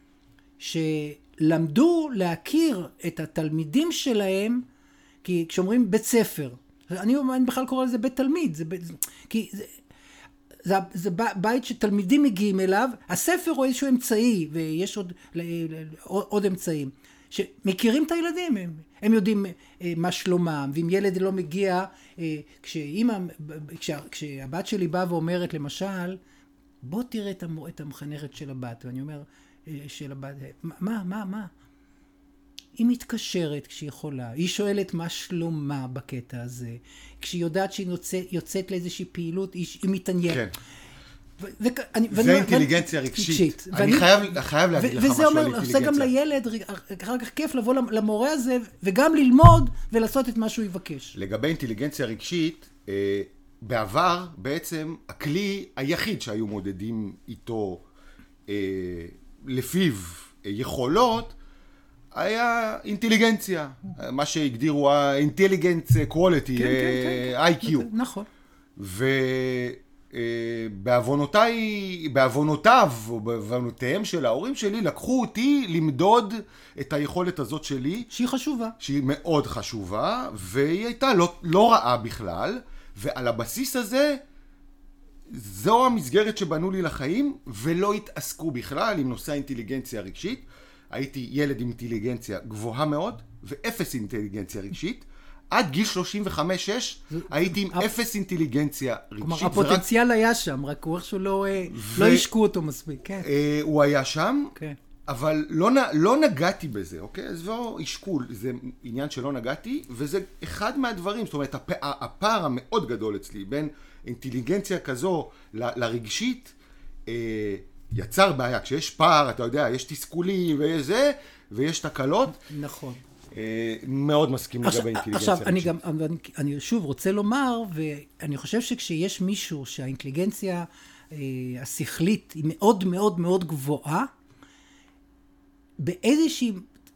שלמדו להכיר את התלמידים שלהם, כי כשאומרים בית ספר, אני בכלל קורא לזה בית תלמיד, כי זה בית שתלמידים מגיעים אליו, הספר הוא איזשהו אמצעי, ויש עוד אמצעים. שמכירים את הילדים, הם יודעים מה שלומם, ואם ילד לא מגיע, כשהבת שלי באה ואומרת למשל, בוא תראה את המחנכת של הבת, ואני אומר, של הבת, מה? היא מתקשרת כשהיא יכולה, היא שואלת מה שלומה בקטע הזה, כשהיא יודעת שהיא יוצאת לאיזושהי פעילות, היא מתעניינת. כן. זה אינטליגנציה רגשית. אני חייב להגיד לך משהו על אינטליגנציה. וזה עושה גם לילד, אחר כך כיף לבוא למורה הזה, וגם ללמוד ולעשות את מה שהוא יבקש. לגבי אינטליגנציה רגשית, בעבר בעצם הכלי היחיד שהיו מודדים איתו לפיו יכולות, היה אינטליגנציה, מה שהגדירו ה-intelligence quality, IQ. נכון. בעוונותיו או בעוונותיהם של ההורים שלי, לקחו אותי למדוד את היכולת הזאת שלי. שהיא חשובה. שהיא מאוד חשובה, והיא הייתה לא רעה בכלל, ועל הבסיס הזה, זו המסגרת שבנו לי לחיים, ולא התעסקו בכלל עם נושא האינטליגנציה הרגשית. הייתי ילד עם אינטליגנציה גבוהה מאוד, ואפס אינטליגנציה רגשית. עד גיל 35-6 הייתי עם אפס אינטליגנציה רגשית. כלומר, הפוטנציאל היה שם, רק הוא איכשהו לא השקו אותו מספיק, כן. הוא היה שם, אבל לא נגעתי בזה, אוקיי? אז לא השקול, זה עניין שלא נגעתי, וזה אחד מהדברים, זאת אומרת, הפער המאוד גדול אצלי, בין אינטליגנציה כזו לרגשית, יצר בעיה. כשיש פער, אתה יודע, יש תסכולים וזה, ויש תקלות. נכון. מאוד מסכים לגבי אינטליגנציה. עכשיו, אני שוב רוצה לומר, ואני חושב שכשיש מישהו שהאינטליגנציה השכלית היא מאוד מאוד מאוד גבוהה, באיזושהי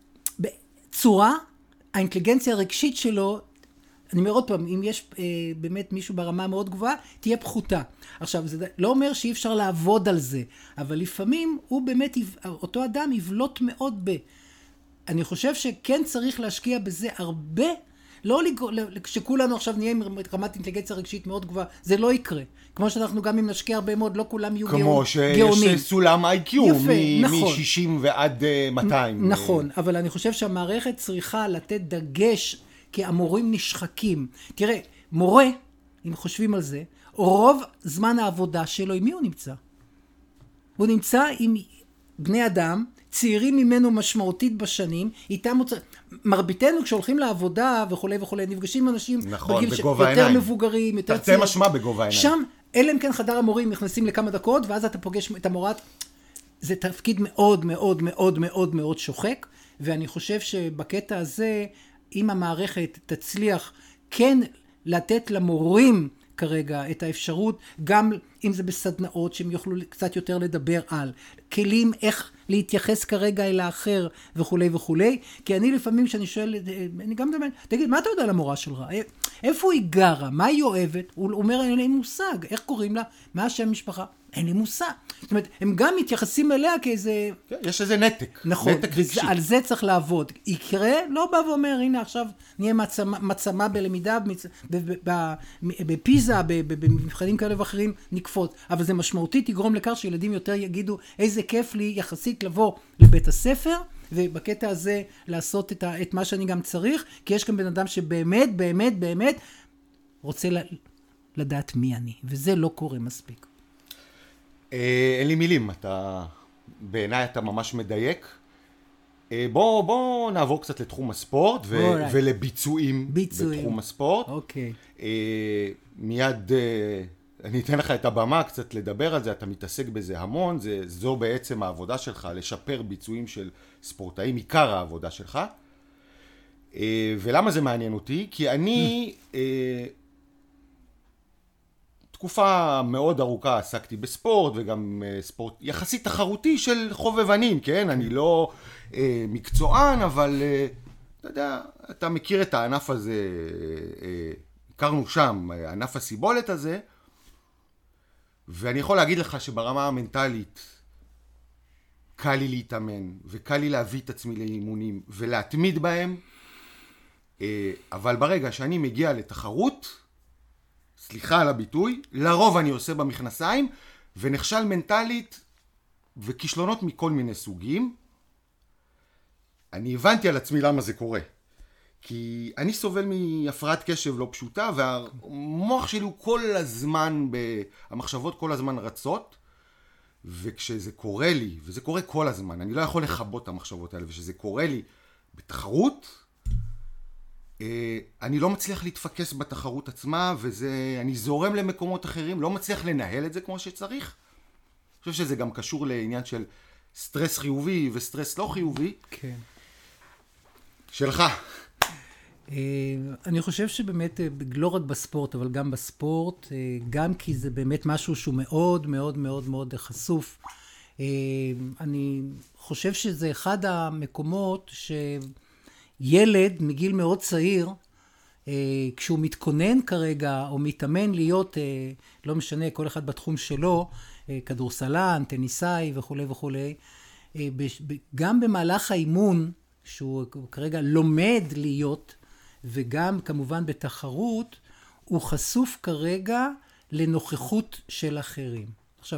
צורה, האינטליגנציה הרגשית שלו, אני אומר עוד פעם, אם יש באמת מישהו ברמה מאוד גבוהה, תהיה פחותה. עכשיו, זה לא אומר שאי אפשר לעבוד על זה, אבל לפעמים הוא באמת, אותו אדם יבלוט מאוד אני חושב שכן צריך להשקיע בזה הרבה, לא שכולנו עכשיו נהיה עם רמת אינטליגנציה רגשית מאוד גבוהה, זה לא יקרה. כמו שאנחנו גם אם נשקיע הרבה מאוד, לא כולם יהיו גאונים. כמו שיש סולם IQ, מ-60 ועד 200. נכון, אבל אני חושב שהמערכת צריכה לתת דגש, כי המורים נשחקים. תראה, מורה, אם חושבים על זה, רוב זמן העבודה שלו, עם מי הוא נמצא? הוא נמצא עם בני אדם, צעירים ממנו משמעותית בשנים, איתם מרביתנו כשהולכים לעבודה וכולי וכולי, נפגשים עם אנשים נכון, בגיל יותר מבוגרים, יותר צעירים. תרצה משמע בגובה העיניים. שם, אלה אם כן חדר המורים נכנסים לכמה דקות, ואז אתה פוגש את המורה, זה תפקיד מאוד מאוד מאוד מאוד מאוד שוחק, ואני חושב שבקטע הזה, אם המערכת תצליח כן לתת למורים כרגע את האפשרות, גם אם זה בסדנאות שהם יוכלו קצת יותר לדבר על כלים איך להתייחס כרגע אל האחר וכולי וכולי, כי אני לפעמים שאני שואל, אני גם מדבר, תגיד, מה אתה יודע על המורה שלך? איפה היא גרה? מה היא אוהבת? הוא אומר, אין לי מושג, איך קוראים לה? מה השם המשפחה? אין לי מושג. זאת אומרת, הם גם מתייחסים אליה כאיזה... יש איזה נתק. נכון, ועל זה צריך לעבוד. יקרה, לא בא ואומר, הנה עכשיו נהיה מצמה בלמידה, בפיזה, במבחנים כאלה ואחרים, נקפות. אבל זה משמעותית יגרום לכך שילדים יותר יגידו, איזה כיף לי יחסית לבוא לבית הספר, ובקטע הזה לעשות את מה שאני גם צריך, כי יש כאן בן אדם שבאמת, באמת, באמת, רוצה לדעת מי אני, וזה לא קורה מספיק. אין לי מילים, בעיניי אתה ממש מדייק. בוא נעבור קצת לתחום הספורט ולביצועים בתחום הספורט. אוקיי. מיד אני אתן לך את הבמה קצת לדבר על זה, אתה מתעסק בזה המון, זו בעצם העבודה שלך, לשפר ביצועים של ספורטאים, עיקר העבודה שלך. ולמה זה מעניין אותי? כי אני... תקופה מאוד ארוכה עסקתי בספורט, וגם ספורט יחסית תחרותי של חובבנים, כן? אני לא מקצוען, אבל אתה יודע, אתה מכיר את הענף הזה, הכרנו שם, ענף הסיבולת הזה, ואני יכול להגיד לך שברמה המנטלית קל לי להתאמן, וקל לי להביא את עצמי לאימונים, ולהתמיד בהם, אבל ברגע שאני מגיע לתחרות, סליחה על הביטוי, לרוב אני עושה במכנסיים, ונכשל מנטלית וכישלונות מכל מיני סוגים. אני הבנתי על עצמי למה זה קורה. כי אני סובל מהפרעת קשב לא פשוטה, והמוח שלי הוא כל הזמן, המחשבות כל הזמן רצות, וכשזה קורה לי, וזה קורה כל הזמן, אני לא יכול לחבות את המחשבות האלה, וכשזה קורה לי בתחרות, אני לא מצליח להתפקס בתחרות עצמה, אני זורם למקומות אחרים, לא מצליח לנהל את זה כמו שצריך. אני חושב שזה גם קשור לעניין של סטרס חיובי וסטרס לא חיובי. כן. שלך. אני חושב שבאמת, לא רק בספורט, אבל גם בספורט, גם כי זה באמת משהו שהוא מאוד מאוד מאוד מאוד חשוף. אני חושב שזה אחד המקומות שילד מגיל מאוד צעיר, כשהוא מתכונן כרגע או מתאמן להיות, לא משנה, כל אחד בתחום שלו, כדורסלן, טניסאי וכו' וכו', גם במהלך האימון, שהוא כרגע לומד להיות, וגם כמובן בתחרות, הוא חשוף כרגע לנוכחות של אחרים. עכשיו,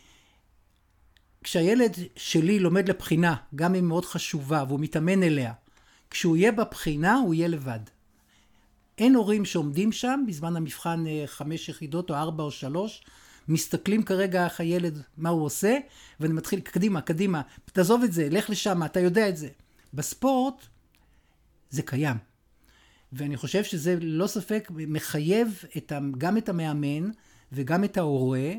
כשהילד שלי לומד לבחינה, גם אם מאוד חשובה, והוא מתאמן אליה, כשהוא יהיה בבחינה, הוא יהיה לבד. אין הורים שעומדים שם, בזמן המבחן 5 יחידות או 4 או 3, מסתכלים כרגע איך הילד, מה הוא עושה, ואני מתחיל, קדימה, תעזוב את זה, לך לשם, אתה יודע את זה. בספורט, זה קיים. ואני חושב שזה לא ספק מחייב גם את המאמן וגם את ההורה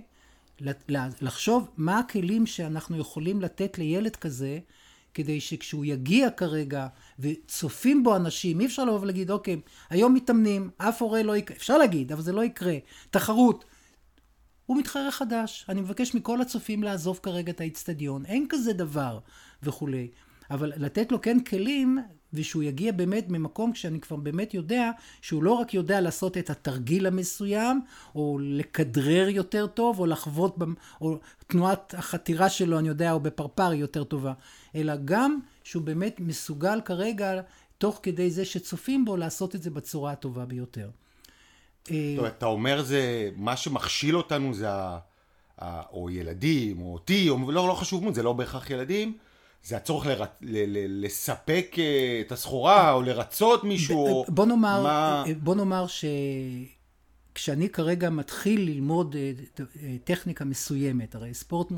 לחשוב מה הכלים שאנחנו יכולים לתת לילד כזה, כדי שכשהוא יגיע כרגע וצופים בו אנשים, אי אפשר לבוא ולהגיד, אוקיי, היום מתאמנים, אף הורה לא יקרה, אפשר להגיד, אבל זה לא יקרה. תחרות, הוא מתחרה חדש. אני מבקש מכל הצופים לעזוב כרגע את האצטדיון. אין כזה דבר וכו'. אבל לתת לו כן כלים, ושהוא יגיע באמת ממקום כשאני כבר באמת יודע, שהוא לא רק יודע לעשות את התרגיל המסוים, או לכדרר יותר טוב, או לחוות, או תנועת החתירה שלו, אני יודע, או בפרפר יותר טובה, אלא גם שהוא באמת מסוגל כרגע, תוך כדי זה שצופים בו, לעשות את זה בצורה הטובה ביותר. טוב, אתה אומר זה, מה שמכשיל אותנו זה, או ילדים, או אותי, או לא חשוב מאוד, זה לא בהכרח ילדים, זה הצורך לספק את הסחורה, או לרצות מישהו. בוא נאמר שכשאני כרגע מתחיל ללמוד טכניקה מסוימת, הרי ספורט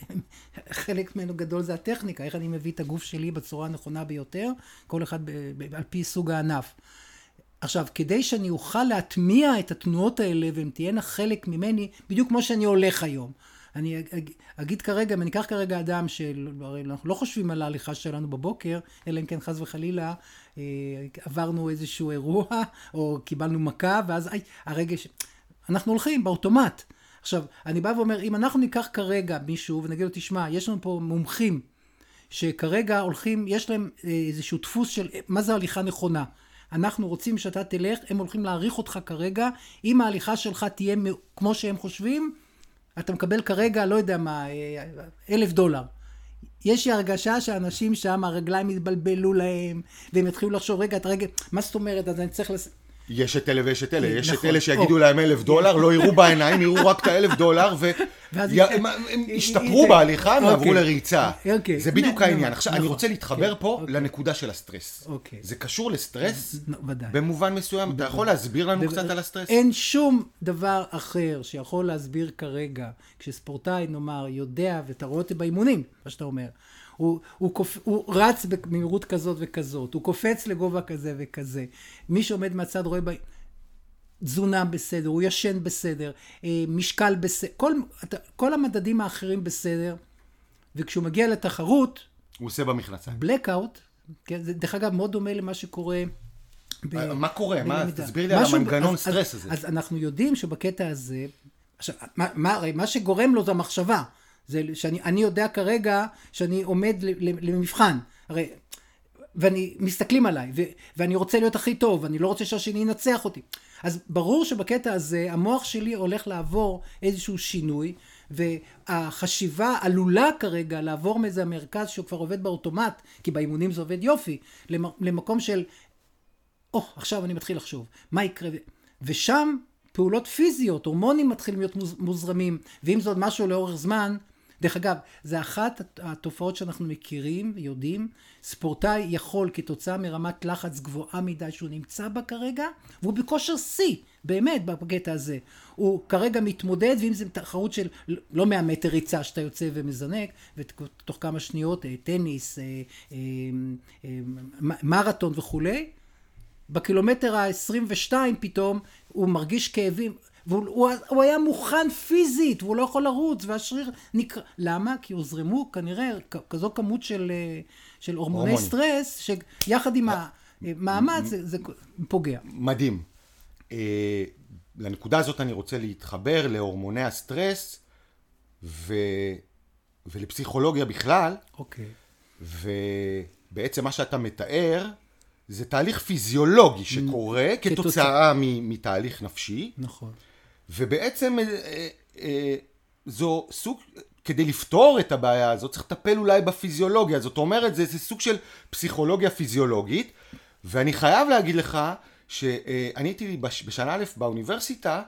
חלק ממנו גדול זה הטכניקה, איך אני מביא את הגוף שלי בצורה הנכונה ביותר, כל אחד על פי סוג הענף. עכשיו, כדי שאני אוכל להטמיע את התנועות האלה, והן תהיינה חלק ממני, בדיוק כמו שאני הולך היום. אני אגיד כרגע, אני אקח כרגע אדם שאנחנו לא חושבים על ההליכה שלנו בבוקר, אלא אם כן חס וחלילה עברנו איזשהו אירוע, או קיבלנו מכה, ואז הרגש, אנחנו הולכים באוטומט. עכשיו, אני בא ואומר, אם אנחנו ניקח כרגע מישהו ונגיד לו, תשמע, יש לנו פה מומחים, שכרגע הולכים, יש להם איזשהו דפוס של מה זה הליכה נכונה. אנחנו רוצים שאתה תלך, הם הולכים להעריך אותך כרגע, אם ההליכה שלך תהיה כמו שהם חושבים, אתה מקבל כרגע, לא יודע מה, $1,000. יש לי הרגשה שאנשים שם, הרגליים יתבלבלו להם, והם יתחילו לחשוב, רגע, מה זאת אומרת, אז אני צריך יש את אלה ויש את אלה, יש את אלה שיגידו להם $1,000, לא יראו בעיניים, יראו רק את $1,000, והם השתפרו בהליכה, הם עברו לריצה. זה בדיוק העניין. עכשיו, אני רוצה להתחבר פה לנקודה של הסטרס. זה קשור לסטרס, במובן מסוים. אתה יכול להסביר לנו קצת על הסטרס? אין שום דבר אחר שיכול להסביר כרגע, כשספורטאי, נאמר, יודע, ואתה רואה אותי באימונים, מה שאתה אומר, הוא רץ במהירות כזאת וכזאת, הוא קופץ לגובה כזה וכזה. מי שעומד מהצד רואה תזונה בסדר, הוא ישן בסדר, משקל בסדר, כל המדדים האחרים בסדר, וכשהוא מגיע לתחרות, הוא עושה במכנסיים. בלקאוט, זה דרך אגב מאוד דומה למה שקורה. מה קורה? תסביר לי על המנגנון סטרס הזה. אז אנחנו יודעים שבקטע הזה, מה שגורם לו זה המחשבה. זה שאני יודע כרגע שאני עומד למבחן, הרי, ואני מסתכלים עליי, ואני רוצה להיות הכי טוב, ואני לא רוצה שהשני ינצח אותי. אז ברור שבקטע הזה, המוח שלי הולך לעבור איזשהו שינוי, והחשיבה עלולה כרגע לעבור מאיזה המרכז שהוא כבר עובד באוטומט, כי באימונים זה עובד יופי, למקום של, עכשיו אני מתחיל לחשוב, מה יקרה? ושם פעולות פיזיות, הורמונים מתחילים להיות מוזרמים, ואם זאת משהו לאורך זמן, דרך אגב, זה אחת התופעות שאנחנו מכירים, יודעים, ספורטאי יכול כתוצאה מרמת לחץ גבוהה מדי שהוא נמצא בה כרגע, והוא בכושר שיא, באמת בקטע הזה. הוא כרגע מתמודד, ואם זה תחרות של לא 100 מטר ריצה שאתה יוצא ומזנק, ותוך כמה שניות טניס, מרתון וכולי, בקילומטר ה-22 פתאום הוא מרגיש כאבים, והוא היה מוכן פיזית, והוא לא יכול לרוץ, והשריר נקרא. למה? כי הוזרמו כנראה כזו כמות של הורמוני סטרס, שיחד עם המאמץ זה פוגע. מדהים. לנקודה הזאת אני רוצה להתחבר להורמוני הסטרס, ולפסיכולוגיה בכלל. אוקיי. ובעצם מה שאתה מתאר, זה תהליך פיזיולוגי שקורה כתוצאה מתהליך נפשי. נכון. ובעצם זו סוג, כדי לפתור את הבעיה הזאת, צריך לטפל אולי בפיזיולוגיה. זאת אומרת, זה סוג של פסיכולוגיה פיזיולוגית, ואני חייב להגיד לך, שאני הייתי בשנה א' באוניברסיטה,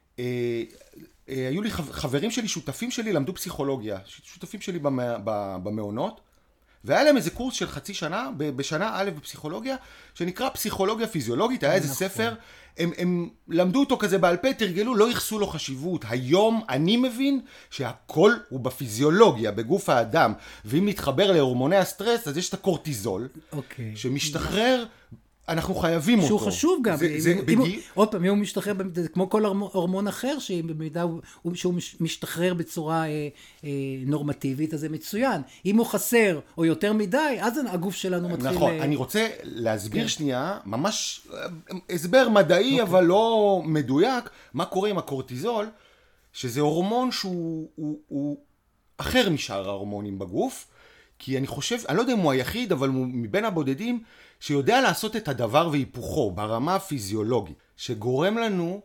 היו לי חברים שלי, שותפים שלי, למדו פסיכולוגיה, שותפים שלי במעונות, והיה להם איזה קורס של חצי שנה, בשנה א' בפסיכולוגיה, שנקרא פסיכולוגיה פיזיולוגית, היה איזה ספר, הם למדו אותו כזה בעל פה, תרגלו, לא ייחסו לו חשיבות. היום אני מבין שהכל הוא בפיזיולוגיה, בגוף האדם, ואם נתחבר להורמוני הסטרס, אז יש את הקורטיזול, שמשתחרר, אנחנו חייבים אותו. שהוא חשוב גם. עוד פעם, אם הוא משתחרר, כמו כל הורמון אחר, שבמידה שהוא משתחרר בצורה נורמטיבית, אז זה מצוין. אם הוא חסר או יותר מדי, אז הגוף שלנו מתחיל... נכון, אני רוצה להסביר שנייה, ממש הסבר מדעי, אבל לא מדויק, מה קורה עם הקורטיזול, שזה הורמון שהוא אחר משאר ההורמונים בגוף, כי אני חושב, אני לא יודע אם הוא היחיד, אבל הוא מבין הבודדים, שיודע לעשות את הדבר והיפוכו ברמה הפיזיולוגית, שגורם לנו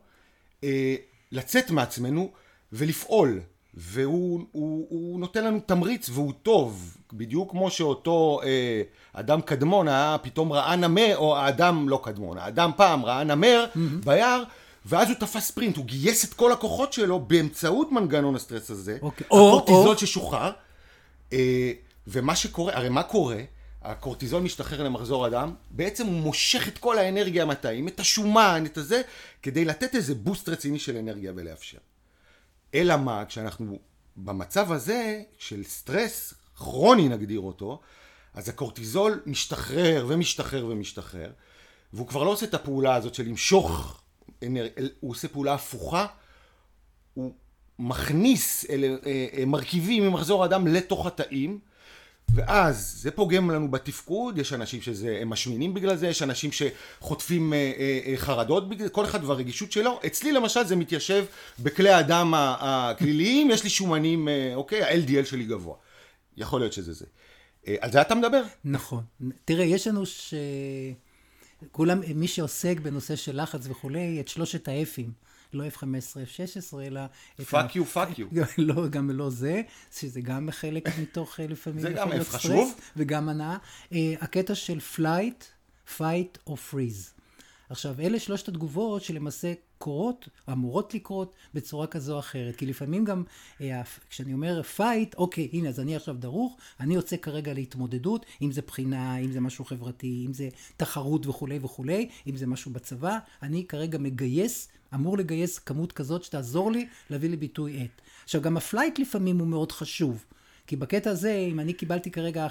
לצאת מעצמנו ולפעול, והוא נותן לנו תמריץ והוא טוב, בדיוק כמו שאותו אדם קדמון פתאום ראה נמר, או האדם לא קדמון, האדם פעם ראה נמר ביער, ואז הוא תפס ספרינט, הוא גייס את כל הכוחות שלו באמצעות מנגנון הסטרס הזה, הקורטיזול ששוחרר, ומה שקורה, הרי מה קורה? הקורטיזול משתחרר למחזור הדם, בעצם הוא מושך את כל האנרגיה המתאים, את השומן, את הזה, כדי לתת איזה בוסט רציני של אנרגיה ולאפשר. אלא מה, כשאנחנו במצב הזה של סטרס כרוני נגדיר אותו, אז הקורטיזול משתחרר ומשתחרר ומשתחרר, והוא כבר לא עושה את הפעולה הזאת של למשוך אנרגיה, הוא עושה פעולה הפוכה, הוא מכניס מרכיבים ממחזור הדם לתוך התאים, ואז זה פוגם לנו בתפקוד, יש אנשים שהם משמינים בגלל זה, יש אנשים שחוטפים חרדות בגלל זה, כל אחד והרגישות שלו. אצלי למשל זה מתיישב בכלי הדם הכליליים, יש לי שומנים, אוקיי, ה-LDL שלי גבוה. יכול להיות שזה זה. על זה אתה מדבר? נכון. תראה, יש לנו כולם, מי שעוסק בנושא של לחץ וכולי, את שלושת ה-F'ים. לא F15, F16, אלא... פאק יו, פאק יו. לא, גם לא זה, שזה גם חלק מתוך לפעמים... זה גם F חשוב. וגם הנאה. הקטע של flight, fight או freeze. עכשיו, אלה שלושת התגובות שלמעשה קורות, אמורות לקרות בצורה כזו או אחרת. כי לפעמים גם, כשאני אומר fight, אוקיי, הנה, אז אני עכשיו דרוך, אני יוצא כרגע להתמודדות, אם זה בחינה, אם זה משהו חברתי, אם זה תחרות וכולי וכולי, אם זה משהו בצבא, אני כרגע אמור לגייס כמות כזאת שתעזור לי להביא לביטוי עת. עכשיו, גם הפלייט לפעמים הוא מאוד חשוב. כי בקטע הזה, אם אני קיבלתי כרגע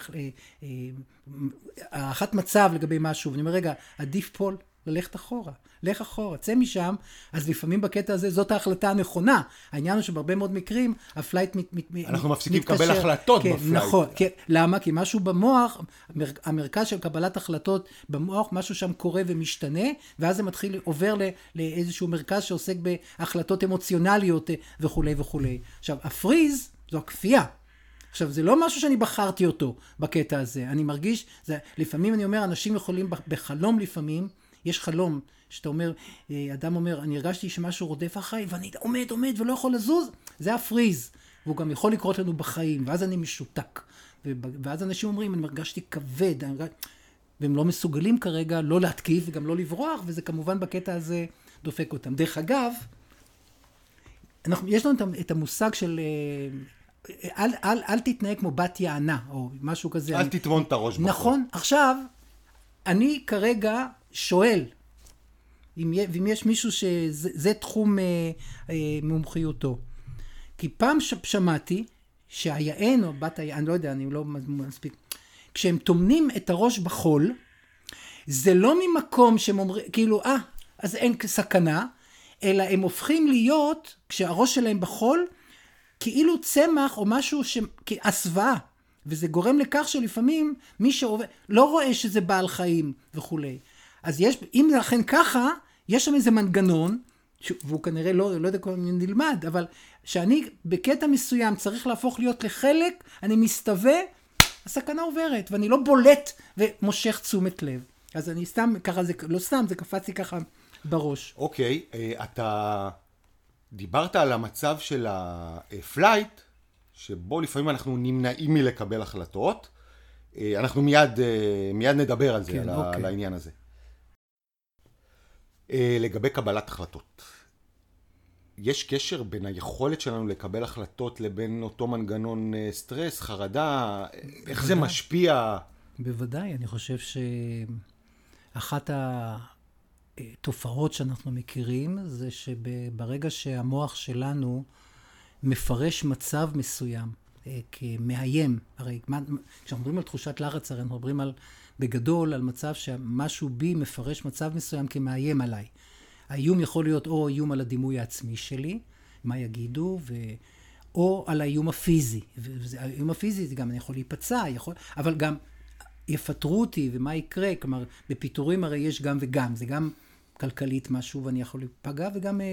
אחת מצב לגבי משהו, ואני אומר, רגע, עדיף פה ללכת אחורה, לך אחורה, צא משם, אז לפעמים בקטע הזה זאת ההחלטה הנכונה. העניין הוא שבהרבה מאוד מקרים, הפלייט אנחנו מפסיקים לקבל החלטות כן, בפלייט. נכון, כן. למה? כי משהו במוח, המרכז של קבלת החלטות במוח, משהו שם קורה ומשתנה, ואז זה מתחיל, עובר לאיזשהו מרכז שעוסק בהחלטות אמוציונליות וכו' וכו'. עכשיו, הפריז זו הכפייה. עכשיו, זה לא משהו שאני בחרתי אותו בקטע הזה. אני מרגיש, לפעמים אני אומר, אנשים יכולים בחלום לפעמים, יש חלום שאתה אומר, אדם אומר, אני הרגשתי שמשהו רודף אחריי, ואני עומד ולא יכול לזוז, זה הפריז. והוא גם יכול לקרות לנו בחיים, ואז אני משותק. ואז אנשים אומרים, אני הרגשתי כבד, והם לא מסוגלים כרגע לא להתקיף וגם לא לברוח, וזה כמובן בקטע הזה דופק אותם. דרך אגב, יש לנו את המושג של אל תתנהג כמו בת יענה, או משהו כזה. אל תטמון את הראש בחול. נכון. עכשיו, אני כרגע שואל, ואם יש מישהו שזה תחום מומחיותו. כי פעם שמעתי שהיען או בת היען, אני לא יודע, אני לא מספיק, כשהם טומנים את הראש בחול, זה לא ממקום שהם אומרים, כאילו, אז אין סכנה, אלא הם הופכים להיות, כשהראש שלהם בחול, כאילו צמח או משהו הסוואה, וזה גורם לכך שלפעמים מי שעובד, לא רואה שזה בעל חיים וכו'. אז אם זה אכן ככה, יש שם איזה מנגנון, והוא כנראה לא יודע כל מיני נלמד, אבל שאני בקטע מסוים צריך להפוך להיות לחלק, אני מסתווה, הסכנה עוברת, ואני לא בולט ומושך תשומת לב. אז אני סתם, ככה זה, לא סתם, זה קפץ לי ככה בראש. אוקיי, אתה דיברת על המצב של הפלייט, שבו לפעמים אנחנו נמנעים מלקבל החלטות. אנחנו מיד נדבר על זה, כן, על העניין הזה. לגבי קבלת החלטות. יש קשר בין היכולת שלנו לקבל החלטות לבין אותו מנגנון סטרס, חרדה, איך זה משפיע? בוודאי, אני חושב שאחת התופעות שאנחנו מכירים זה שברגע שהמוח שלנו מפרש מצב מסוים כמאיים, הרי כשאנחנו מדברים על תחושת לחץ, הרי אנחנו מדברים בגדול על מצב שמשהו בי מפרש מצב מסוים כמאיים עליי. האיום יכול להיות או איום על הדימוי העצמי שלי, מה יגידו, או על האיום הפיזי. האיום הפיזי זה גם אני יכול להיפצע, אבל גם יפטרו אותי ומה יקרה, כלומר בפיטורים הרי יש גם וגם, זה גם כלכלית משהו ואני יכול להיפגע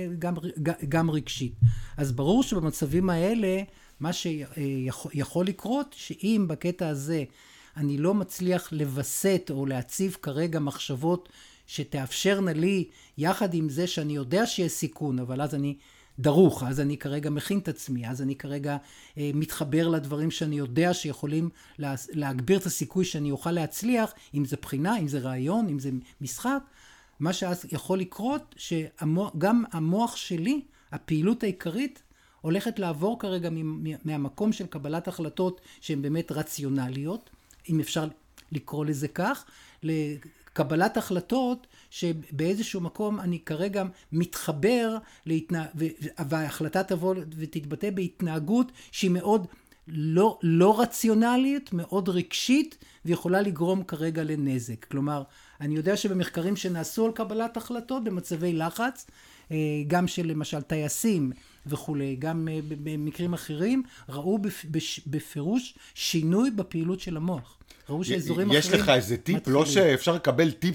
וגם רגשית. אז ברור שבמצבים האלה מה שיכול לקרות, שאם בקטע הזה אני לא מצליח לבסט או להציב כרגע מחשבות שתאפשרנה לי, יחד עם זה שאני יודע שיש סיכון, אבל אז אני דרוך, אז אני כרגע מכין את עצמי, אז אני כרגע מתחבר לדברים שאני יודע שיכולים להגביר את הסיכוי שאני אוכל להצליח, אם זה בחינה, אם זה רעיון, אם זה משחק, מה שאז יכול לקרות, שגם המוח שלי, הפעילות העיקרית, הולכת לעבור כרגע מהמקום של קבלת החלטות שהן באמת רציונליות, אם אפשר לקרוא לזה כך, לקבלת החלטות שבאיזשהו מקום אני כרגע מתחבר וההחלטה תבוא ותתבטא בהתנהגות שהיא מאוד לא רציונלית, מאוד רגשית, ויכולה לגרום כרגע לנזק. כלומר, אני יודע שבמחקרים שנעשו על קבלת החלטות במצבי לחץ, גם של למשל טייסים וכולי, גם במקרים אחרים, ראו בפירוש שינוי בפעילות של המוח. ראו שאזורים אחרים... יש לך איזה טיפ? מתחילים. לא שאפשר לקבל טיפ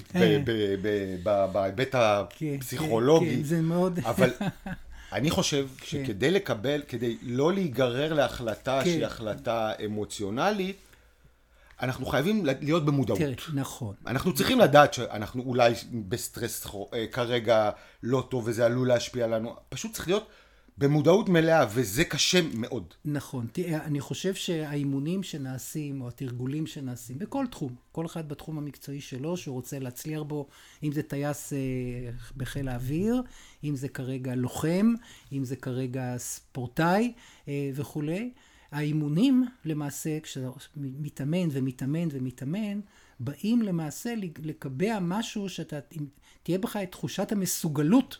בהיבט הפסיכולוגי. כן, זה מאוד... אבל אני חושב שכדי לקבל, כדי לא להיגרר להחלטה שהיא החלטה אמוציונלית, אנחנו חייבים להיות במודעות. תראה, נכון. אנחנו צריכים לדעת שאנחנו אולי בסטרס כרגע לא טוב וזה עלול להשפיע עלינו. פשוט צריך להיות במודעות מלאה, וזה קשה מאוד. נכון. תראה, אני חושב שהאימונים שנעשים, או התרגולים שנעשים, בכל תחום, כל אחד בתחום המקצועי שלו, שהוא רוצה להצליח בו, אם זה טייס בחיל האוויר, אם זה כרגע לוחם, אם זה כרגע ספורטאי וכולי. האימונים למעשה, כשאתה מתאמן ומתאמן ומתאמן, באים למעשה לקבע משהו שאתה, תהיה בך את תחושת המסוגלות,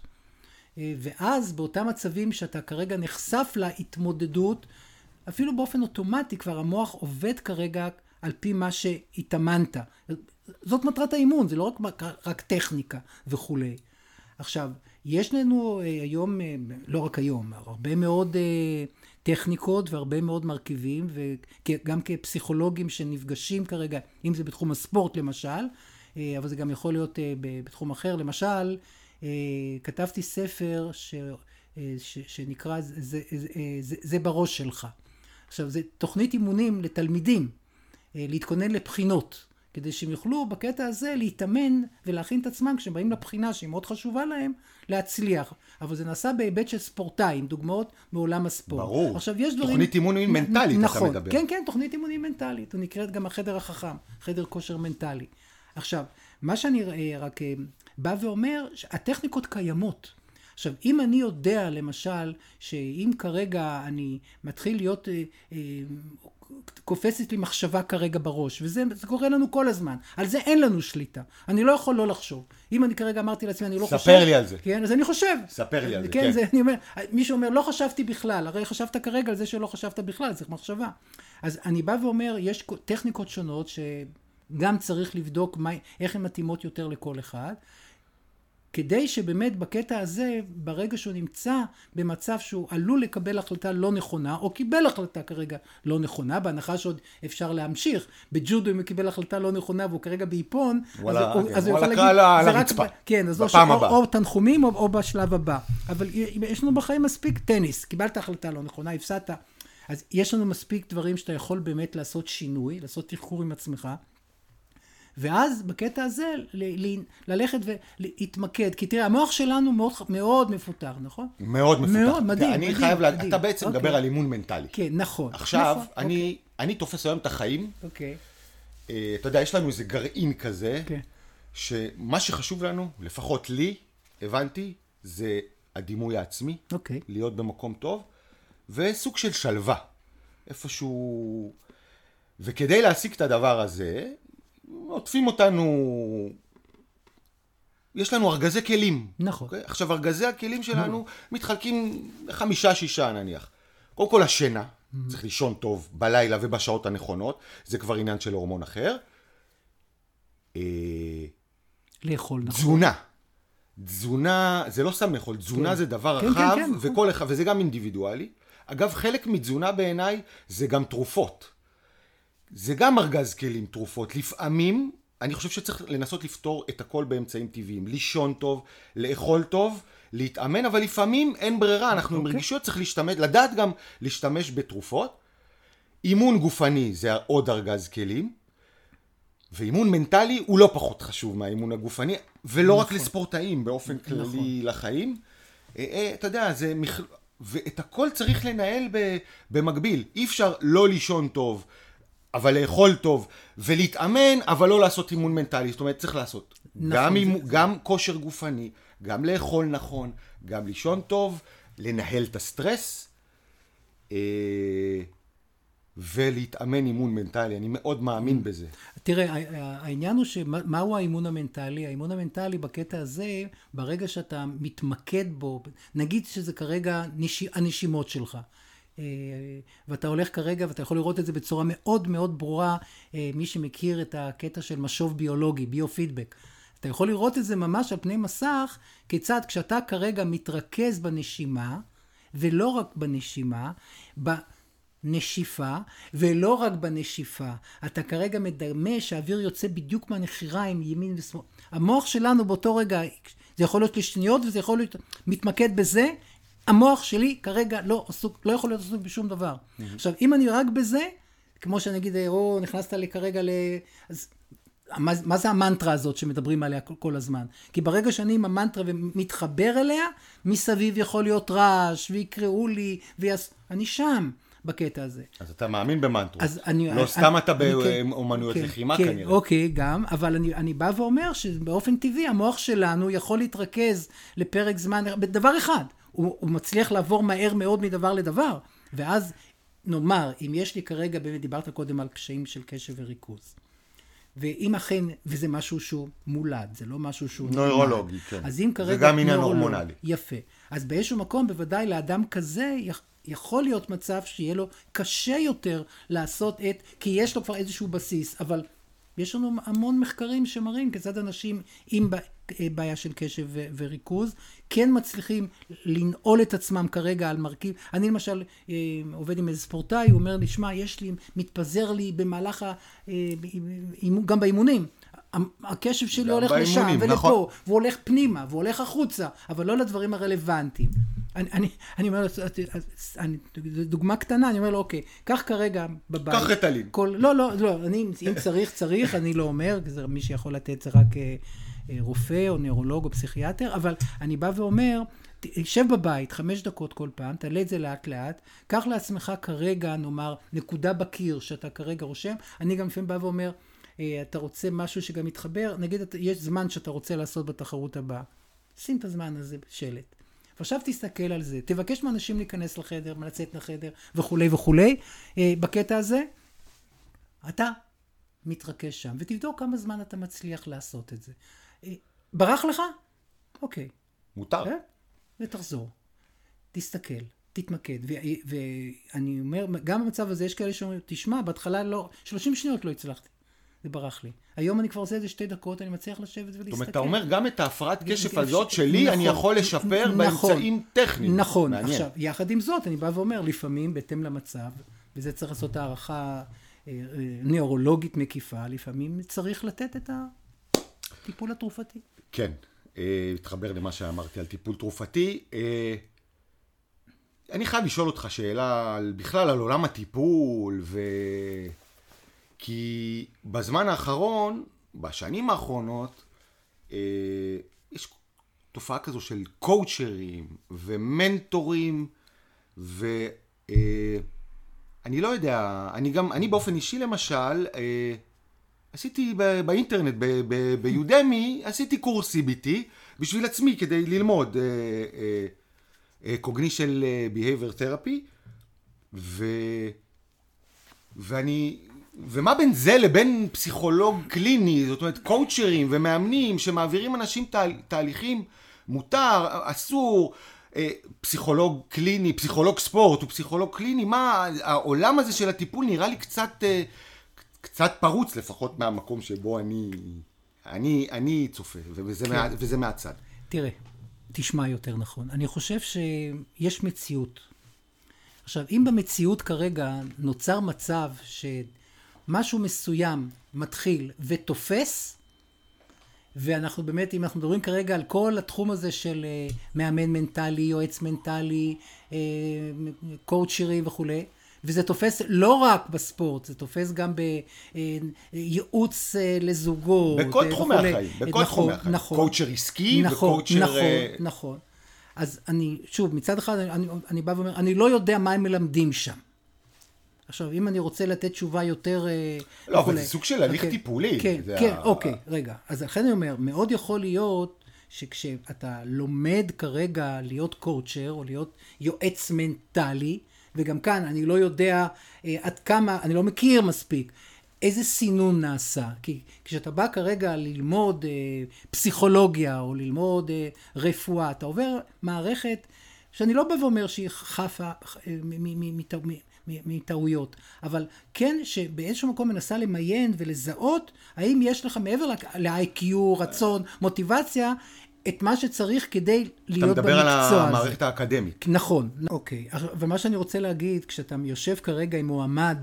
ואז באותם מצבים שאתה כרגע נחשף להתמודדות, אפילו באופן אוטומטי כבר המוח עובד כרגע על פי מה שהתאמנת. זאת מטרת האימון, זה לא רק טכניקה וכו'. עכשיו, יש לנו היום, לא רק היום, הרבה מאוד טכניקות והרבה מאוד מרכיבים, וגם כפסיכולוגים שנפגשים כרגע, אם זה בתחום הספורט למשל, אבל זה גם יכול להיות בתחום אחר. למשל, כתבתי ספר שנקרא זה בראש שלך. עכשיו, זה תוכנית אימונים לתלמידים, להתכונן לבחינות, כדי שהם יוכלו בקטע הזה להתאמן ולהכין את עצמם כשהם באים לבחינה שהיא מאוד חשובה להם, להצליח. אבל זה נעשה בהיבט של ספורטאי, עם דוגמאות מעולם הספורט. ברור. עכשיו, יש דברים... תוכנית אימונים מנטלית, נכון, אתה מדבר. כן, כן, תוכנית אימונים מנטלית. הוא נקראת גם החדר החכם, חדר כושר מנטלי. עכשיו, מה שאני רק בא ואומר, הטכניקות קיימות. עכשיו, אם אני יודע, למשל, שאם כרגע אני מתחיל להיות, קופצת לי מחשבה כרגע בראש, וזה קורה לנו כל הזמן. על זה אין לנו שליטה. אני לא יכול לא לחשוב. אם אני כרגע אמרתי לעצמי, אני לא חושב... ספר לי על זה. כן, אז אני חושב. ספר לי על זה, כן. כן. זה, אני אומר, מישהו אומר, לא חשבתי בכלל. הרי חשבת כרגע על זה שלא חשבת בכלל, זה מחשבה. אז אני בא ואומר, יש טכניקות שונות שגם צריך לבדוק איך הן מתאימות יותר לכל אחד. כדי שבאמת בקטע הזה, ברגע שהוא נמצא במצב שהוא עלול לקבל החלטה לא נכונה, או קיבל החלטה כרגע לא נכונה, בהנחה שעוד אפשר להמשיך. בג'ודו אם הוא קיבל החלטה לא נכונה והוא כרגע באיפון, אז הוא יכול להגיד, על הרצפה. כן, אז או תנחומים או בשלב הבא. אבל יש לנו בחיים מספיק טניס, קיבלת החלטה לא נכונה, הפסדת. אז יש לנו מספיק דברים שאתה יכול באמת לעשות שינוי, לעשות תחקור עם עצמך, ואז בקטע הזה ללכת ולהתמקד, כי תראה, המוח שלנו מאוד, מאוד מפותח, נכון? מאוד מפותח. מאוד, מדהים. אני חייב להגיד, אתה בעצם מדבר על אימון מנטלי. כן, נכון. עכשיו, אני תופס היום את החיים, אוקיי. אתה יודע, יש לנו איזה גרעין כזה, כן. שמה שחשוב לנו, לפחות לי, הבנתי, זה הדימוי העצמי, אוקיי. להיות במקום טוב, וסוג של שלווה, איפשהו... וכדי להשיג את הדבר הזה, עוטפים אותנו, יש לנו ארגזי כלים. נכון. Okay? עכשיו, ארגזי הכלים שלנו מתחלקים 5-6 נניח. קודם כל השינה, צריך לישון טוב בלילה ובשעות הנכונות, זה כבר עניין של הורמון אחר. לאכול, נכון. תזונה, זה לא סתם לאכול, תזונה כן. זה דבר כן, רחב, כן, כן. וכל אחד, וזה גם אינדיבידואלי. אגב, חלק מתזונה בעיניי זה גם תרופות. זה גם ארגז כלים, תרופות. לפעמים, אני חושב שצריך לנסות לפתור את הכל באמצעים טבעיים. לישון טוב, לאכול טוב, להתאמן, אבל לפעמים אין ברירה, אנחנו עם רגישות צריך להשתמש, לדעת גם להשתמש בתרופות. אימון גופני זה עוד ארגז כלים, ואימון מנטלי הוא לא פחות חשוב מהאימון הגופני, ולא רק לספורטאים, באופן כללי לחיים. אתה יודע, זה ואת הכל צריך לנהל במקביל. אי אפשר לא לישון טוב, אבל לאכול טוב, ולהתאמן, אבל לא לעשות אימון מנטלי. זאת אומרת, צריך לעשות גם כושר גופני, גם לאכול נכון, גם לישון טוב, לנהל את הסטרס, ולהתאמן אימון מנטלי. אני מאוד מאמין בזה. תראה, העניין הוא מהו האימון המנטלי? האימון המנטלי בקטע הזה, ברגע שאתה מתמקד בו, נגיד שזה כרגע הנשימות שלך. ואתה הולך כרגע, ואתה יכול לראות את זה בצורה מאוד מאוד ברורה, מי שמכיר את הקטע של משוב ביולוגי, ביו-פידבק. אתה יכול לראות את זה ממש על פני מסך, כיצד כשאתה כרגע מתרכז בנשימה, ולא רק בנשימה, בנשיפה, ולא רק בנשיפה, אתה כרגע מדמה שהאוויר יוצא בדיוק מהנחיריים, ימין ושמאל. המוח שלנו באותו רגע, זה יכול להיות לשניות, וזה יכול להיות מתמקד בזה, המוח שלי כרגע לא יכול להיות עסוק בשום דבר. עכשיו, אם אני רק בזה, כמו שנגיד, נכנסת לי כרגע אז מה זה המנטרה הזאת שמדברים עליה כל הזמן? כי ברגע שאני עם המנטרה ומתחבר אליה, מסביב יכול להיות רעש, ויקראו לי, אני שם בקטע הזה. אז אתה מאמין במנטרות. לא סתם אתה באומנויות לחימה כנראה. אוקיי, גם, אבל אני בא ואומר שבאופן טבעי, המוח שלנו יכול להתרכז לפרק זמן, בדבר אחד. הוא מצליח לעבור מהר מאוד מדבר לדבר, ואז נאמר, אם יש לי כרגע, באמת דיברת קודם על קשיים של קשב וריכוז, ואם אכן, וזה משהו שהוא מולד, זה לא משהו שהוא נוירולוגי, כן. אז אם כרגע... זה גם עניין הורמונלי. יפה. אז באיזשהו מקום, בוודאי לאדם כזה, יכול להיות מצב שיהיה לו קשה יותר לעשות כי יש לו כבר איזשהו בסיס, אבל יש לנו המון מחקרים שמראים כיצד אנשים עם בעיה של קשב וריכוז, כן מצליחים לנעול את עצמם כרגע על מרכיב. אני למשל עובד עם איזה ספורטאי, הוא אומר לי, שמע, מתפזר לי במהלך, גם באימונים. הקשב שלי הולך לשם ולפה, נכון. והוא הולך פנימה, והוא הולך החוצה, אבל לא לדברים הרלוונטיים. אני אומר, דוגמה קטנה, אני אומר לו, אוקיי, כך כרגע בבית. כך רטלין. לא, אם צריך, אני לא אומר, מי שיכול לתת זה רק רופא או נוירולוג או פסיכיאטר, אבל אני בא ואומר, שב בבית 5 דקות כל פעם, תעלה את זה לאט לאט, קח לעצמך כרגע, נאמר, נקודה בקיר שאתה כרגע רושם, אני גם לפעמים בא ואומר, אתה רוצה משהו שגם מתחבר, נגיד יש זמן שאתה רוצה לעשות בתחרות הבאה, שים את הזמן הזה בשלט. ועכשיו תסתכל על זה, תבקש מאנשים להיכנס לחדר, לצאת לחדר וכולי וכולי, בקטע הזה, אתה מתרכז שם, ותבדוק כמה זמן אתה מצליח לעשות את זה. ברח לך? אוקיי. מותר. ותחזור. תסתכל, תתמקד. ואני אומר, גם במצב הזה יש כאלה שאומרים, תשמע, בהתחלה לא, 30 שניות לא הצלחתי. זה ברח לי. היום אני כבר עושה את זה 2 דקות, אני מצליח לשבת ולהסתכל. זאת אומרת, אתה אומר, גם את ההפרעת קשב הזאת שלי, אני יכול לשפר באמצעים טכניים. נכון. עכשיו, יחד עם זאת, אני בא ואומר, לפעמים, בהתאם למצב, וזה צריך לעשות הערכה נוירולוגית מקיפה, לפעמים צריך לתת את הטיפול התרופתי. כן. התחבר למה שאמרתי על טיפול תרופתי. אני חייב לשאול אותך שאלה בכלל על עולם הטיפול, כי בזמן האחרון, בשנים האחרונות, יש תופעה כזו של קואוצ'רים ומנטורים, ואני לא יודע, אני באופן אישי למשל, עשיתי באינטרנט, ביודמי, עשיתי קורס CBT בשביל עצמי כדי ללמוד Cognition Behavior Therapy, ומה בין זה לבין פסיכולוג קליני, זאת אומרת קואוצ'רים ומאמנים שמעבירים אנשים תהליכים, מותר, אסור, פסיכולוג קליני, פסיכולוג ספורט ופסיכולוג קליני, מה העולם הזה של הטיפול נראה לי קצת פרוץ, לפחות מהמקום שבו אני צופה, וזה מהצד. תראה, תשמע יותר נכון. אני חושב שיש מציאות. עכשיו, אם במציאות כרגע נוצר מצב שמשהו מסוים מתחיל ותופס, ואנחנו באמת, אם אנחנו מדברים כרגע על כל התחום הזה של מאמן מנטלי, יועץ מנטלי, קואוצ'רים וכולי, וזה תופס לא רק בספורט, זה תופס גם בייעוץ לזוגות. בכל תחומי החיים, בכל תחומי החיים. קואוצ'ר עסקי וקואוצ'ר... נכון. אז אני, שוב, מצד אחד אני בא ואומר, אני לא יודע מה הם מלמדים שם. עכשיו, אם אני רוצה לתת תשובה יותר... לא, אבל זה סוג של הליך טיפולי. כן, אוקיי, רגע. אז לכן אני אומר, מאוד יכול להיות שכשאתה לומד כרגע להיות קואוצ'ר, או להיות יועץ מנטלי, וגם כאן אני לא יודע עד כמה, אני לא מכיר מספיק, איזה סינון נעשה. כי כשאתה בא כרגע ללמוד פסיכולוגיה, או ללמוד רפואה, אתה עובר מערכת שאני לא בא ואומר שהיא חפה מטעויות, אבל כן שבאיזשהו מקום מנסה למיין ולזהות, האם יש לך מעבר ל-IQ, רצון, מוטיבציה, את מה שצריך כדי להיות במקצוע הזה. אתה מדבר על המערכת האקדמית. נכון, אוקיי. ומה שאני רוצה להגיד, כשאתה יושב כרגע עם מועמד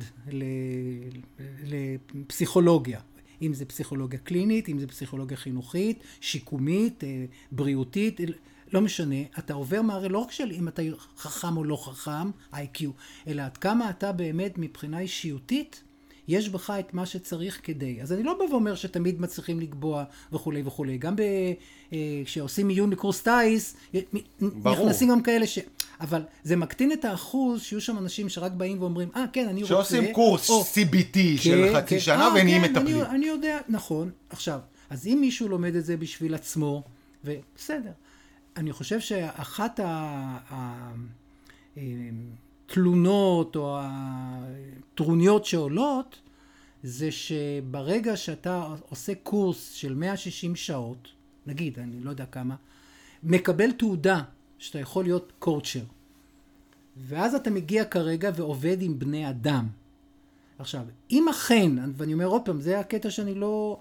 לפסיכולוגיה, אם זה פסיכולוגיה קלינית, אם זה פסיכולוגיה חינוכית, שיקומית, בריאותית, לא משנה, אתה עובר לא רק של אם אתה חכם או לא חכם, IQ, אלא עד כמה אתה באמת מבחינה אישיותית, יש בך את מה שצריך כדי. אז אני לא בא ואומר שתמיד מצליחים לקבוע וכולי וכולי. גם כשעושים מיון לקורס טייס, נכנסים גם כאלה אבל זה מקטין את האחוז שיהיו שם אנשים שרק באים ואומרים, כן, אני רוצה... שעושים קורס CBT של חצי שנה ונהיים מטפלים. אני יודע, נכון. עכשיו, אז אם מישהו לומד את זה בשביל עצמו, ובסדר. אני חושב שאחת התלונות או הטרוניות שעולות, זה שברגע שאתה עושה קורס של 160 שעות, נגיד, אני לא יודע כמה, מקבל תעודה שאתה יכול להיות קואוצ'ר. ואז אתה מגיע כרגע ועובד עם בני אדם. עכשיו, אם אכן, ואני אומר עוד פעם, זה הקטע שאני לא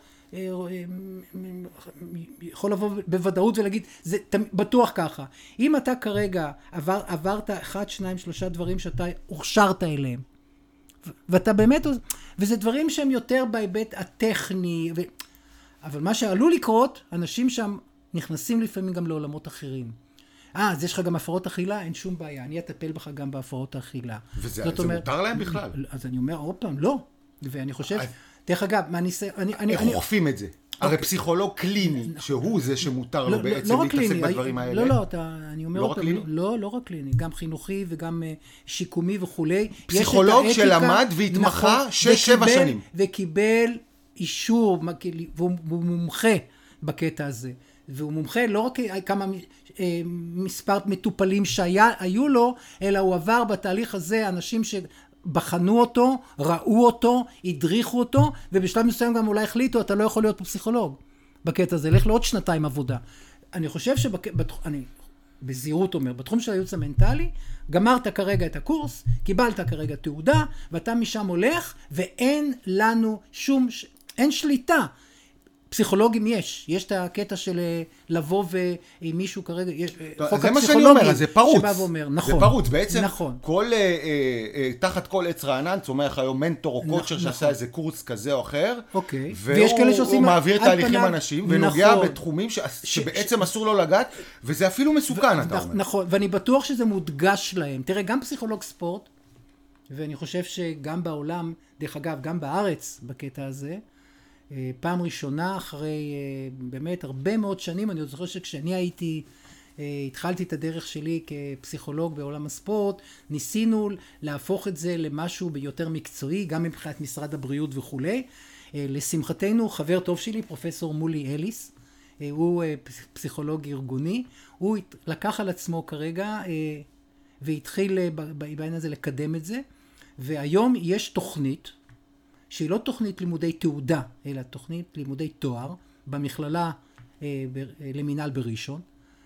יכול לבוא בוודאות ולהגיד, זה בטוח ככה. אם אתה כרגע עברת 1, 2, 3 דברים שאתה הוכשרת אליהם, ואתה באמת, וזה דברים שהם יותר בהיבט הטכני, אבל מה שעלול לקרות, אנשים שם נכנסים לפעמים גם לעולמות אחרים. אז יש לך גם הפרעות אכילה, אין שום בעיה, אני אטפל בך גם בהפרעות האכילה. וזה מותר להם בכלל? אז אני אומר, עוד פעם, לא. ואני חושב, דרך אגב, איך אוכפים את זה? הרי פסיכולוג קליני, שהוא זה שמותר לו בעצם להתעסק בדברים האלה. לא, אני אומר עוד פעם, לא רק קליני, גם חינוכי וגם שיקומי וכולי. פסיכולוג שלמד והתמחה 6-7 שנים. וקיבל אישור, והוא מומחה בקטע הזה. והוא מומחה לא רק כמה מספר מטופלים שהיו לו, אלא הוא עבר בתהליך הזה אנשים שבחנו אותו, ראו אותו, הדריכו אותו, ובשלב מסוים גם אולי החליטו, אתה לא יכול להיות פה פסיכולוג בקטע הזה, לך לעוד 2 עבודה. אני חושב אני בזהירות אומר, בתחום של הייעוץ המנטלי, גמרת כרגע את הקורס, קיבלת כרגע תעודה, ואתה משם הולך, ואין לנו אין שליטה. פסיכולוגים יש את הקטע של לבוא ועם מישהו כרגע, יש חוק זה מה שאני אומר, זה פרוץ. שבא ואומר, נכון. זה פרוץ, בעצם נכון. תחת כל עץ רענן, צומח היום מנטור או קוצ'ר שעשה איזה קורס כזה או אחר, אוקיי. והוא מעביר תהליכים אנשים, ונוגע בתחומים שבעצם אסור לו לגעת, וזה אפילו מסוכן, אתה אומר. נכון, ואני בטוח שזה מודגש להם. תראה, גם פסיכולוג ספורט, ואני חושב שגם בעולם, דרך אגב, גם בארץ בקטע הזה, פעם ראשונה אחרי באמת הרבה מאוד שנים, אני זוכר שכשאני התחלתי את הדרך שלי כפסיכולוג בעולם הספורט, ניסינו להפוך את זה למשהו ביותר מקצועי, גם מבחינת משרד הבריאות וכו'. לשמחתנו, חבר טוב שלי, פרופסור מולי אליס, הוא פסיכולוג ארגוני, הוא לקח על עצמו כרגע והתחיל בעניין הזה לקדם את זה, והיום יש תוכנית, שהיא לא תוכנית לימודי תעודה, אלא תוכנית לימודי תואר, במכללה למינהל בראשון,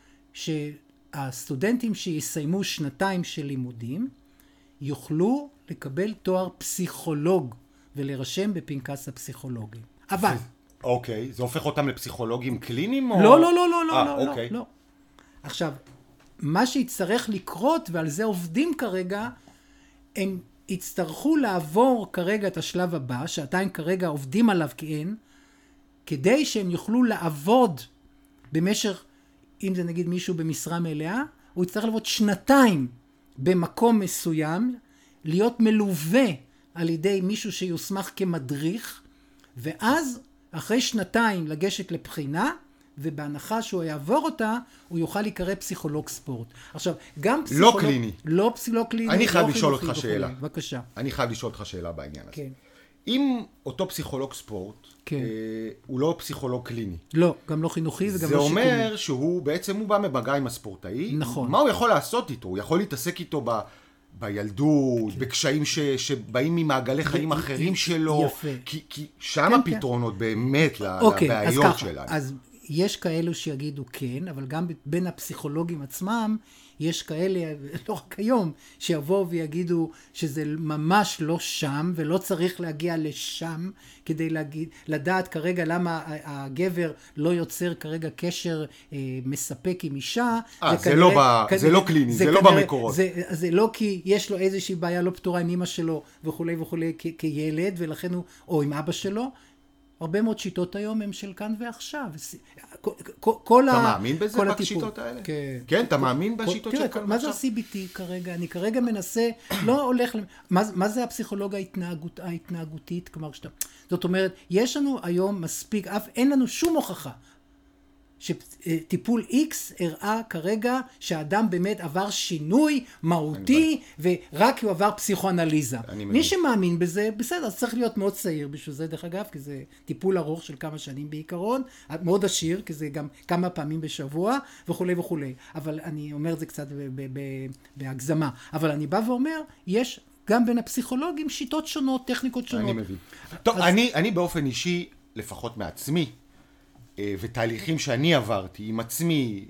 שהסטודנטים שיסיימו 2 של לימודים, יוכלו לקבל תואר פסיכולוג, ולרשם בפנקס הפסיכולוגים. אבל... אוקיי, זה הופך אותם לפסיכולוגים קליניים? לא, לא, לא, לא, לא, לא, לא. עכשיו, מה שיצטרך לקרות, ועל זה עובדים כרגע, הם יצטרכו לעבור כרגע את השלב הבא, שעדיין כרגע עובדים עליו כאין, כדי שהם יוכלו לעבוד במשך, אם זה נגיד מישהו במשרה מלאה, הוא יצטרך לעבוד 2 במקום מסוים, להיות מלווה על ידי מישהו שיוסמך כמדריך, ואז אחרי 2 לגשת לבחינה, ובהנחה שהוא יעבור אותה, הוא יוכל להיקרא פסיכולוג ספורט. עכשיו, גם פסיכולוג... לא קליני. לא קליני. אני חייב לשאול אותך שאלה. בבקשה. אני חייב לשאול אותך שאלה בעניין הזה. כן. אם אותו פסיכולוג ספורט, כן. הוא לא פסיכולוג קליני. לא, גם לא חינוכי וגם זה לא שיקומי. זה אומר שהוא בעצם הוא בא במגע עם הספורטאי. נכון. מה הוא יכול לעשות איתו? הוא יכול להתעסק איתו בילדות, בקשיים שבאים ממעגלי חיים אחרים שלו. יפה. כי שם הפתרונות באמת לבעיות שלנו. אז יש כאלו שיגידו כן, אבל גם בין הפסיכולוגים עצמם, יש כאלה, לא רק היום, שיבואו ויגידו שזה ממש לא שם, ולא צריך להגיע לשם, כדי לדעת כרגע למה הגבר לא יוצר כרגע קשר מספק עם אישה. זה לא קליני, זה לא במקורות. זה לא כי יש לו איזושהי בעיה לא פתורה עם אמא שלו, וכו' וכו' כילד, ולכן הוא, או עם אבא שלו, הרבה מאוד שיטות היום הם של כאן ועכשיו. אתה מאמין בזה בשיטות האלה? כן, אתה מאמין בשיטות של כאן ועכשיו? תראה, מה זה ה-CBT כרגע? אני כרגע מנסה, לא הולך, מה זה הפסיכולוגיה ההתנהגותית? זאת אומרת, יש לנו היום מספיק, אין לנו שום הוכחה, שטיפול X הראה כרגע שהאדם באמת עבר שינוי מהותי, ורק הוא עבר פסיכואנליזה. מי שמאמין בזה, בסדר, אז צריך להיות מאוד צעיר בשביל זה, דרך אגב, כי זה טיפול ארוך של כמה שנים בעיקרון, מאוד עשיר, כי זה גם כמה פעמים בשבוע, וכו' וכו'. אבל אני אומר את זה קצת בהגזמה. אבל אני בא ואומר, יש גם בין הפסיכולוגים שיטות שונות, טכניקות שונות. אני מבין. טוב, אני באופן אישי, לפחות מעצמי, ותהליכים שאני עברתי עם עצמי,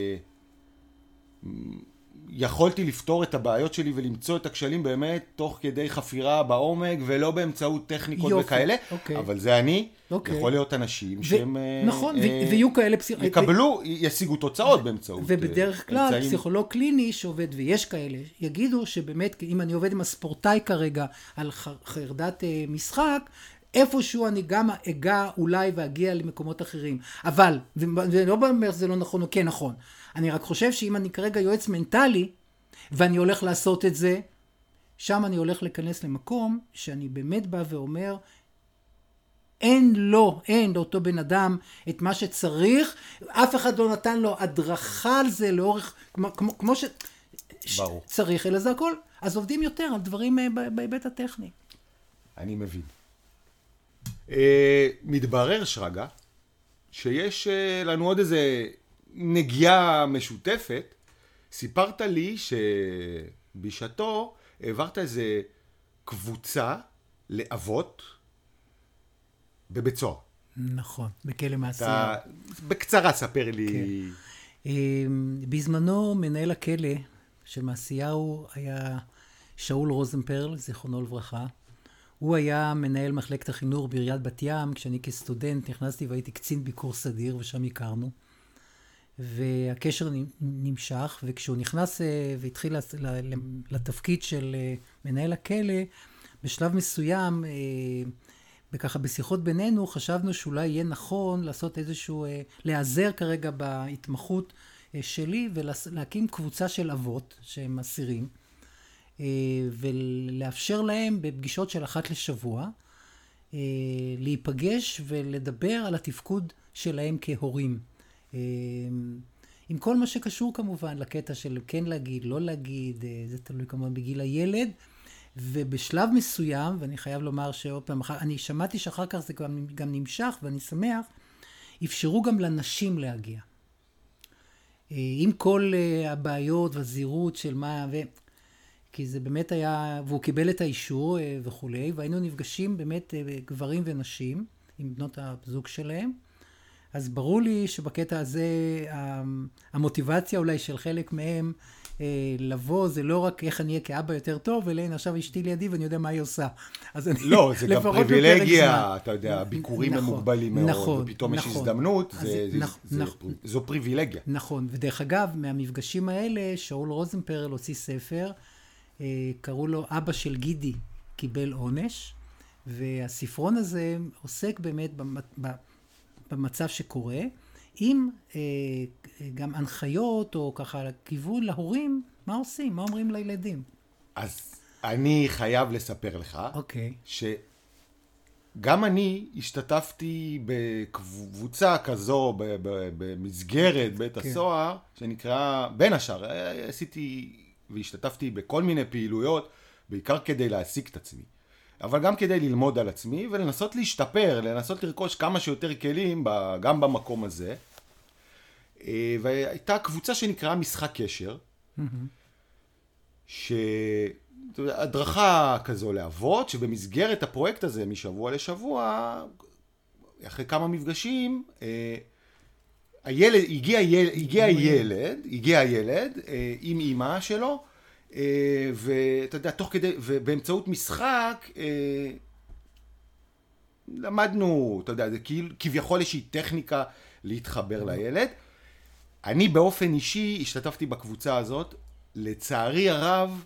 יכולתי לפתור את הבעיות שלי ולמצוא את הכשלים באמת תוך כדי חפירה בעומק ולא באמצעות טכניקות וכאלה, אבל זה אני, יכול להיות אנשים שהם נכון, ויהיו כאלה יקבלו, ישיגו תוצאות באמצעות ובדרך כלל פסיכולוג קליני שעובד, ויש כאלה, יגידו שבאמת אם אני עובד עם הספורטאי כרגע על חרדת משחק, איפשהו אני גם אגע אולי ואגיע למקומות אחרים. אבל, ולא אומר שזה לא נכון או כן נכון, אני רק חושב שאם אני כרגע יועץ מנטלי, ואני הולך לעשות את זה, שם אני הולך להיכנס למקום שאני באמת בא ואומר, אין לאותו בן אדם את מה שצריך, אף אחד לא נתן לו הדרכה על זה לאורך, כמו שצריך, אלא זה הכל. אז עובדים יותר על דברים בהיבט הטכני. אני מבין. מתברר שרגע, שיש לנו עוד איזה נגיעה משותפת. סיפרת לי שבשעתו העברת איזה קבוצה לאבות בבית סוהר. נכון, בכלא מעשיהו. בקצרה ספר לי. כן. בזמנו מנהל הכלא של מעשיהו היה שאול רוזנפרל, זיכרונו לברכה. הוא היה מנהל מחלקת החינוך בעיריית בת ים, כשאני כסטודנט נכנסתי והייתי קצין ביקור סדיר, ושם הכרנו. והקשר נמשך, וכשהוא נכנס והתחיל לתפקיד של מנהל הכלא, בשלב מסוים, וככה בשיחות בינינו, חשבנו שאולי יהיה נכון לעשות איזשהו, להיעזר כרגע בהתמחות שלי, ולהקים קבוצה של אבות שהם אסירים, ולאפשר להם בפגישות של אחת לשבוע, להיפגש ולדבר על התפקוד שלהם כהורים. עם כל מה שקשור כמובן לקטע של כן להגיד, לא להגיד, זה תלוי כמובן בגיל הילד, ובשלב מסוים, ואני חייב לומר שעוד פעם, אני שמעתי שאחר כך זה גם נמשך, ואני שמח, אפשרו גם לנשים להגיע. עם כל הבעיות והזהירות של מה, כי זה באמת היה, והוא קיבל את האישור וכולי, והיינו נפגשים באמת גברים ונשים, עם בנות הזוג שלהם, אז ברור לי שבקטע הזה, המוטיבציה אולי של חלק מהם לבוא, זה לא רק איך אני אהיה כאבא יותר טוב, אלא הנה עכשיו אשתי לידי ואני יודע מה היא עושה. לא, זה גם פריבילגיה, אתה יודע, ביקורים הם מוגבלים מאוד, ופתאום יש הזדמנות, זו פריבילגיה. נכון, ודרך אגב, מהמפגשים האלה, שאול רוזנפרל הוציא ספר, קראו לו אבא של גידי קיבל עונש, והספרון הזה עוסק באמת במצב שקורה, עם גם הנחיות או ככה כיוון להורים, מה עושים, מה אומרים לילדים. אז אני חייב לספר לך, שגם אני השתתפתי בקבוצה כזו במסגרת בית הסוהר, שנקרא בין השאר, עשיתי והשתתפתי בכל מיני פעילויות, בעיקר כדי להעסיק את עצמי. אבל גם כדי ללמוד על עצמי ולנסות להשתפר, לנסות לרכוש כמה שיותר כלים גם במקום הזה. והייתה קבוצה שנקראה משחק קשר, שהדרכה כזו לאבות, שבמסגרת הפרויקט הזה משבוע לשבוע, אחרי כמה מפגשים, הגיע ילד עם אמא שלו, ואתה יודע, תוך כדי, ובאמצעות משחק, למדנו, אתה יודע, זה כביכול איזושהי טכניקה להתחבר לילד. אני באופן אישי השתתפתי בקבוצה הזאת, לצערי הרב,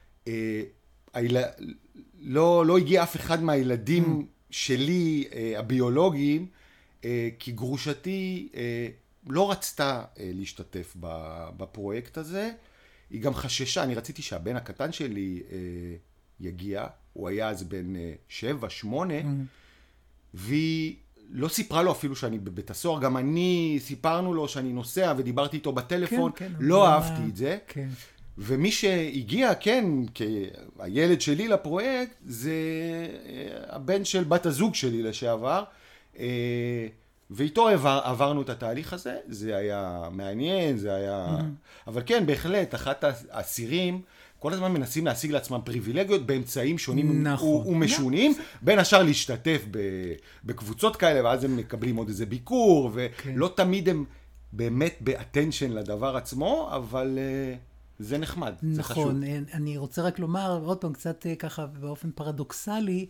לא הגיע אף אחד מהילדים שלי, הביולוגיים, כי גרושתי לא רצתה להשתתף בפרויקט הזה, היא גם חששה, אני רציתי שהבן הקטן שלי יגיע, הוא היה אז בן 7-8, והיא לא סיפרה לו אפילו שאני בבית הסוהר, גם אני סיפרנו לו שאני נוסע ודיברתי איתו בטלפון, לא אהבתי את זה. ומי שהגיע, כן, הילד שלי לפרויקט, זה הבן של בת הזוג שלי לשעבר, ואיתו עברנו את התהליך הזה, זה היה מעניין, זה היה... אבל כן, בהחלט, אחת האסירים, כל הזמן מנסים להשיג לעצמם פריבילגיות באמצעים שונים ומשונים, בין השאר להשתתף בקבוצות כאלה, ואז הם מקבלים עוד איזה ביקור, ולא תמיד הם באמת באטנשן לדבר עצמו, אבל זה נחמד, זה חשוב. נכון, אני רוצה רק לומר, עוד פעם, קצת ככה באופן פרדוקסלי,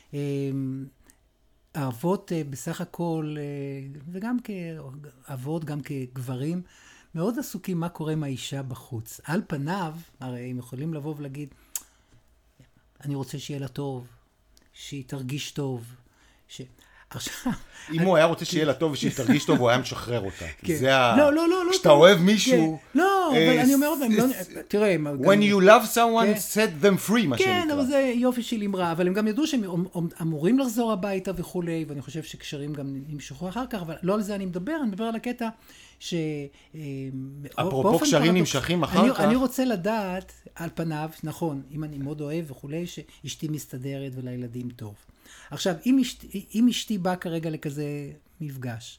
האבות בסך הכל, וגם כאבות, גם כגברים, מאוד עסוקים מה קורה עם האישה בחוץ. על פניו, הרי הם יכולים לבוא ולהגיד, אני רוצה שיהיה לה טוב, שהיא תרגיש טוב. עכשיו... אם הוא היה רוצה שיהיה לה טוב ושהיא תרגיש טוב, הוא היה משחרר אותה. זה לא. כשאתה אוהב מישהו... לא, אבל אני אומר, תראה... When you love someone, set them free, מה שנקרא. כן, אבל זה יופי של אמרה, אבל הם גם ידעו שהם אמורים לחזור הביתה וכולי, ואני חושב שקשרים גם נמשכו אחר כך, אבל לא על זה אני מדבר על הקטע ש... אפרופו קשרים נמשכים אחר כך. אני רוצה לדעת, על פניו, נכון, אם אני מאוד אוהב וכולי, שאשתי מסתדרת ולילדים טוב. עכשיו, אם אשתי באה כרגע לכזה מפגש,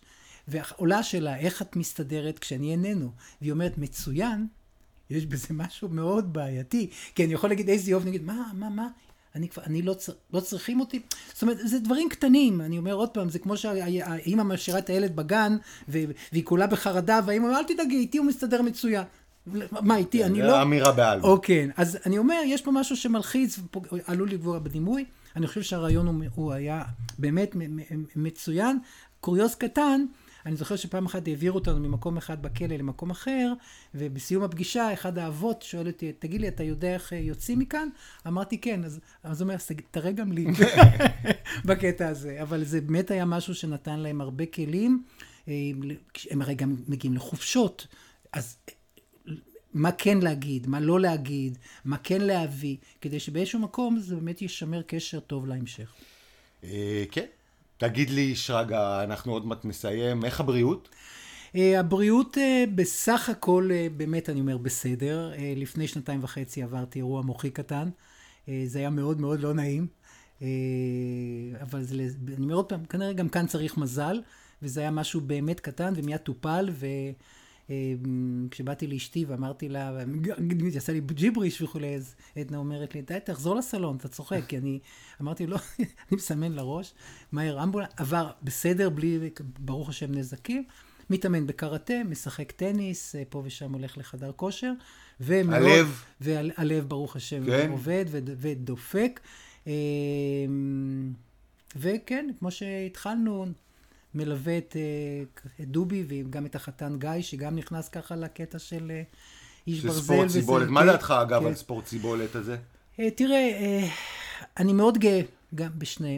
ועולה שאלה, איך את מסתדרת כשאני איננו? והיא אומרת, מצוין, יש בזה משהו מאוד בעייתי, כי אני יכול להגיד איזה יופי, נגיד, מה? אני לא צריכים אותי. זאת אומרת, זה דברים קטנים. אני אומר עוד פעם, זה כמו שהאמא משאירה את הילד בגן, והיא כולה בחרדה, והאמא אומר, אל תדאגי, איתי הוא מסתדר מצוין. מה, איתי? אני לא... זה אמירה בעלמא. אוקיי, אז אני אומר, יש פה משהו שמלחיץ, עלול לפגוע בדימוי. אני חושב שהרעיון הוא היה באמת מצוין. קוריוז קטן, אני זוכר שפעם אחת העבירו אותנו ממקום אחד בכלא למקום אחר, ובסיום הפגישה, אחד האבות שואל אותי, תגיד לי, אתה יודע איך יוצאים מכאן? אמרתי, כן. אז הוא אומר, תראה גם לי בקטע הזה. אבל זה באמת היה משהו שנתן להם הרבה כלים. הם הרי גם מגיעים לחופשות. אז מה כן להגיד, מה לא להגיד, מה כן להביא, כדי שבאיזשהו מקום זה באמת ישמר קשר טוב להמשך. כן. תגיד לי, שרגא, אנחנו עוד מעט מסיים, איך הבריאות? הבריאות בסך הכל, באמת אני אומר, בסדר. לפני 2.5 עברתי אירוע מוחי קטן. זה היה מאוד מאוד לא נעים. אבל אני אומר עוד פעם, כנראה גם כאן צריך מזל, וזה היה משהו באמת קטן ומיד טופל, כשבאתי לאשתי ואמרתי לה, יעשה לי ג'יבריש וכולי, אז עדנה אומרת לי, די, תחזור לסלון, אתה צוחק, כי אני אמרתי, לא, אני מסמן לראש, מהר אמבולה, עבר בסדר, בלי, ברוך השם, נזקים, מתאמן בקראטה, משחק טניס, פה ושם הולך לחדר כושר, והלב, ברוך השם, כן. עובד ודופק, וכן, כמו שהתחלנו, מלווה את דובי וגם את החתן גיא, שגם נכנס ככה לקטע של איש ברזל. ספורט סיבולת. מה דעתך אגב על ספורט סיבולת הזה? תראה, אני מאוד גאה גם בשניהם.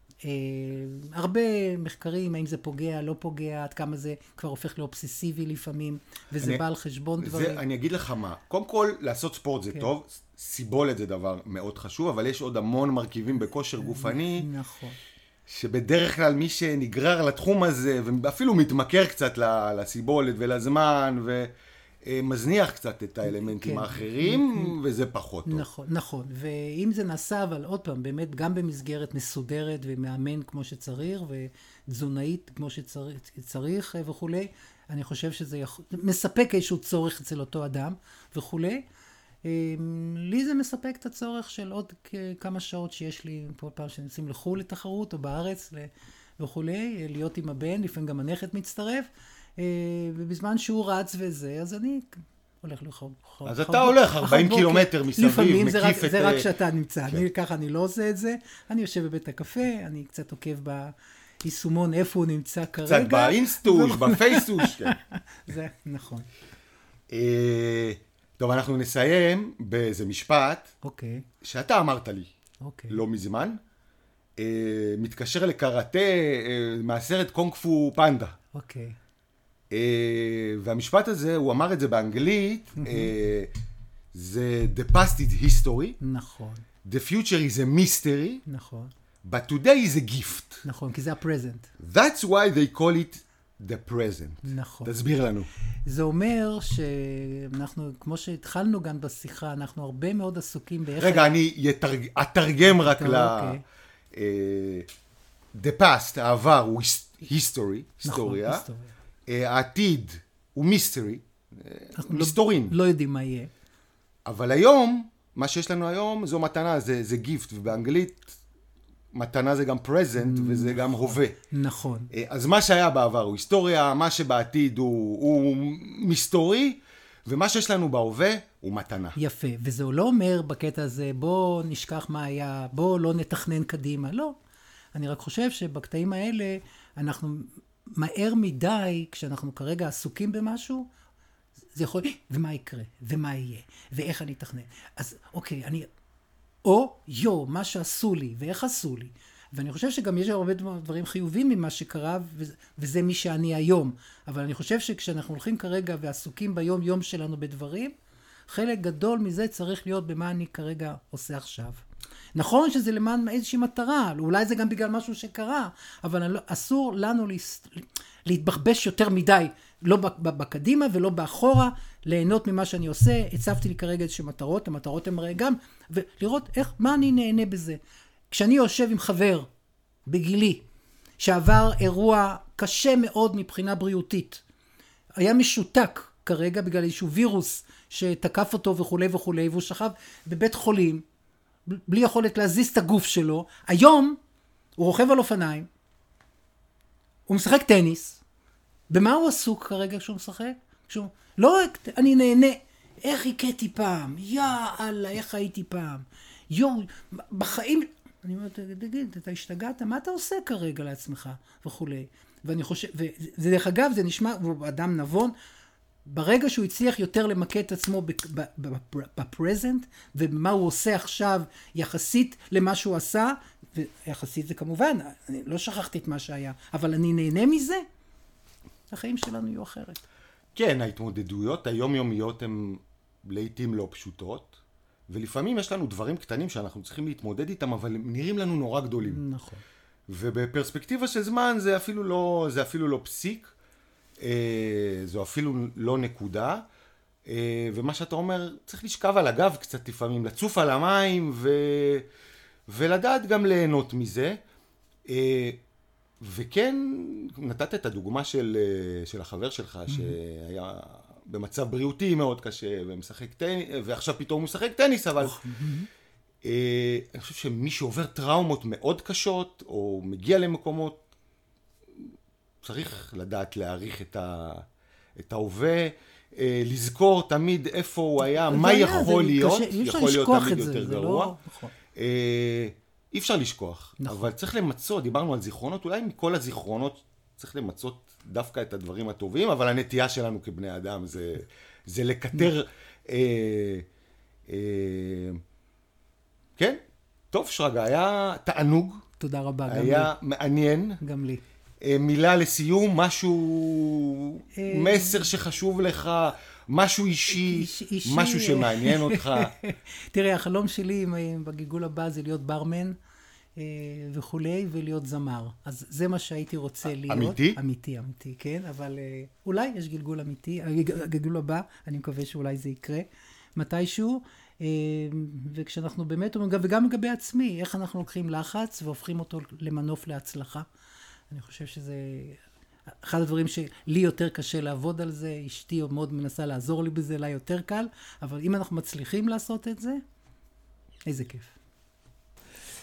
הרבה מחקרים, האם זה פוגע, לא פוגע, עד כמה זה כבר הופך לאובססיבי לפעמים, וזה בא על חשבון דברים. אני אגיד לך מה, קודם כל לעשות ספורט זה טוב, סיבולת זה דבר מאוד חשוב, אבל יש עוד המון מרכיבים בכושר גופני. נכון. שבדרך כלל מי שנגרר לתחום הזה, ואפילו מתמכר קצת לסיבולת ולזמן, ומזניח קצת את האלמנטים האחרים, וזה פחות טוב. נכון, ואם זה נעשה, אבל עוד פעם, באמת גם במסגרת מסודרת ומאמן כמו שצריך, ותזונאית כמו שצריך וכולי, אני חושב שזה מספק איזשהו צורך אצל אותו אדם וכולי. לי זה מספק את הצורך של עוד כמה שעות שיש לי פה פעם שנמצאים לחו"ל לתחרות או בארץ וכולי, להיות עם הבן, לפעמים גם הנכד מצטרף, ובזמן שהוא רץ וזה, אז אני הולך לחו"ל. אז אתה הולך 40 קילומטר מסביב, לפעמים זה רק שאתה נמצא, ככה אני לא עושה את זה, אני יושב בבית הקפה, אני קצת עוקב ביישומון איפה הוא נמצא כרגע. קצת באינסטוש, בפייסוש. זה נכון. טוב, אנחנו נסיים באיזה משפט, שאתה אמרת לי, לא מזמן, מתקשר לקראטה מהסרט קונג פו פנדה. והמשפט הזה, הוא אמר את זה באנגלית, זה The past is history, נכון. The future is a mystery, נכון. But today is a gift. נכון, כי זה ה-present. That's why they call it the present. נכון. תסביר לנו. זה אומר שאנחנו, כמו שהתחלנו גם בשיחה, אנחנו הרבה מאוד עסוקים באיך... רגע, אני אתרגם רק The past, העבר הוא history, היסטוריה. העתיד הוא mystery, מסתורים. לא יודעים מה יהיה. אבל היום, מה שיש לנו היום זו מתנה, זה gift, ובאנגלית מתנה זה גם present וזה גם הווה. נכון. אז מה שהיה בעבר הוא היסטוריה, מה שבעתיד הוא מסתורי, ומה שיש לנו בהווה הוא מתנה. יפה, וזה לא אומר בקטע הזה, בוא נשכח מה היה, בוא לא נתכנן קדימה, לא. אני רק חושב שבקטעים האלה אנחנו מהר מדי, כשאנחנו כרגע עסוקים במשהו, זה יכול, ומה יקרה, ומה יהיה, ואיך אני אתכנן. אז אוקיי, מה שעשו לי, ואיך עשו לי. ואני חושב שגם יש הרבה דברים חיובים ממה שקרה, וזה מי שאני היום. אבל אני חושב שכשאנחנו הולכים כרגע ועסוקים ביום יום שלנו בדברים, חלק גדול מזה צריך להיות במה אני כרגע עושה עכשיו. נכון שזה למען איזושהי מטרה, אולי זה גם בגלל משהו שקרה, אבל אסור לנו להתבחבש יותר מדי, לא בקדימה ולא באחורה, ליהנות ממה שאני עושה. הצבתי לי כרגע איזושהי מטרות, המטרות הן הרי גם, ולראות מה אני נהנה בזה. כשאני יושב עם חבר בגילי, שעבר אירוע קשה מאוד מבחינה בריאותית. היה משותק כרגע בגלל איזשהו וירוס שתקף אותו וכו' וכו', והוא שכב בבית חולים, בלי יכולת להזיז את הגוף שלו. היום הוא רוכב על אופניים, הוא משחק טניס. במה הוא עסוק כרגע כשהוא משחק? לא, אני נהנה. איך חיכיתי פעם? יאללה, איך הייתי פעם? בחיים... אני אומרת, תגיד, אתה השתגעת? מה אתה עושה כרגע לעצמך? וכו'. ואני חושב, וזה דרך אגב, זה נשמע, הוא אדם נבון, ברגע שהוא הצליח יותר למקד את עצמו בפרזנט, ומה הוא עושה עכשיו יחסית למה שהוא עשה, ויחסית זה כמובן, אני לא שכחתי את מה שהיה, אבל אני נהנה מזה, החיים שלנו יהיו אחרת. כן, ההתמודדויות היומיומיות הן לעתים לא פשוטות, ולפעמים יש לנו דברים קטנים שאנחנו צריכים להתמודד איתם, אבל הם נראים לנו נורא גדולים. נכון. ובפרספקטיבה של זמן זה אפילו לא פסיק, זו אפילו לא נקודה, ומה שאתה אומר, צריך לשכב על הגב קצת לפעמים, לצוף על המים ולדעת גם ליהנות מזה. וכן, נתת את הדוגמה של החבר שלך, שהיה במצב בריאותי מאוד קשה, ומשחק טניס, ועכשיו פתאום הוא משחק טניס, אבל אני חושב שמי שעובר טראומות מאוד קשות, או מגיע למקומות, צריך לדעת להעריך את ההווה, לזכור תמיד איפה הוא היה, מה יכול להיות, יכול להיות תמיד יותר גרוע. אי אפשר לשכוח, אבל צריך למצוא, דיברנו על זיכרונות, אולי מכל הזיכרונות צריך למצות דווקא את הדברים הטובים, אבל הנטייה שלנו כבני אדם זה לקטר, כן, טוב שרגא, היה תענוג. תודה רבה, גם לי. היה מעניין. גם לי. מילה לסיום, משהו, מסר שחשוב לך, משהו אישי, משהו שמעניין אותך. תראה, החלום שלי בגלגול הבא זה להיות ברמן וכולי, ולהיות זמר. אז זה מה שהייתי רוצה להיות. אמיתי? אמיתי, כן, אבל אולי יש גלגול אמיתי, הגלגול הבא, אני מקווה שאולי זה יקרה מתישהו, וכשאנחנו באמת אומרים, וגם לגבי עצמי, איך אנחנו לוקחים לחץ והופכים אותו למנוף להצלחה. אני חושב שזה אחד הדברים שלי יותר קשה לעבוד על זה, אשתי מאוד מנסה לעזור לי בזה, לה יותר קל, אבל אם אנחנו מצליחים לעשות את זה, איזה כיף.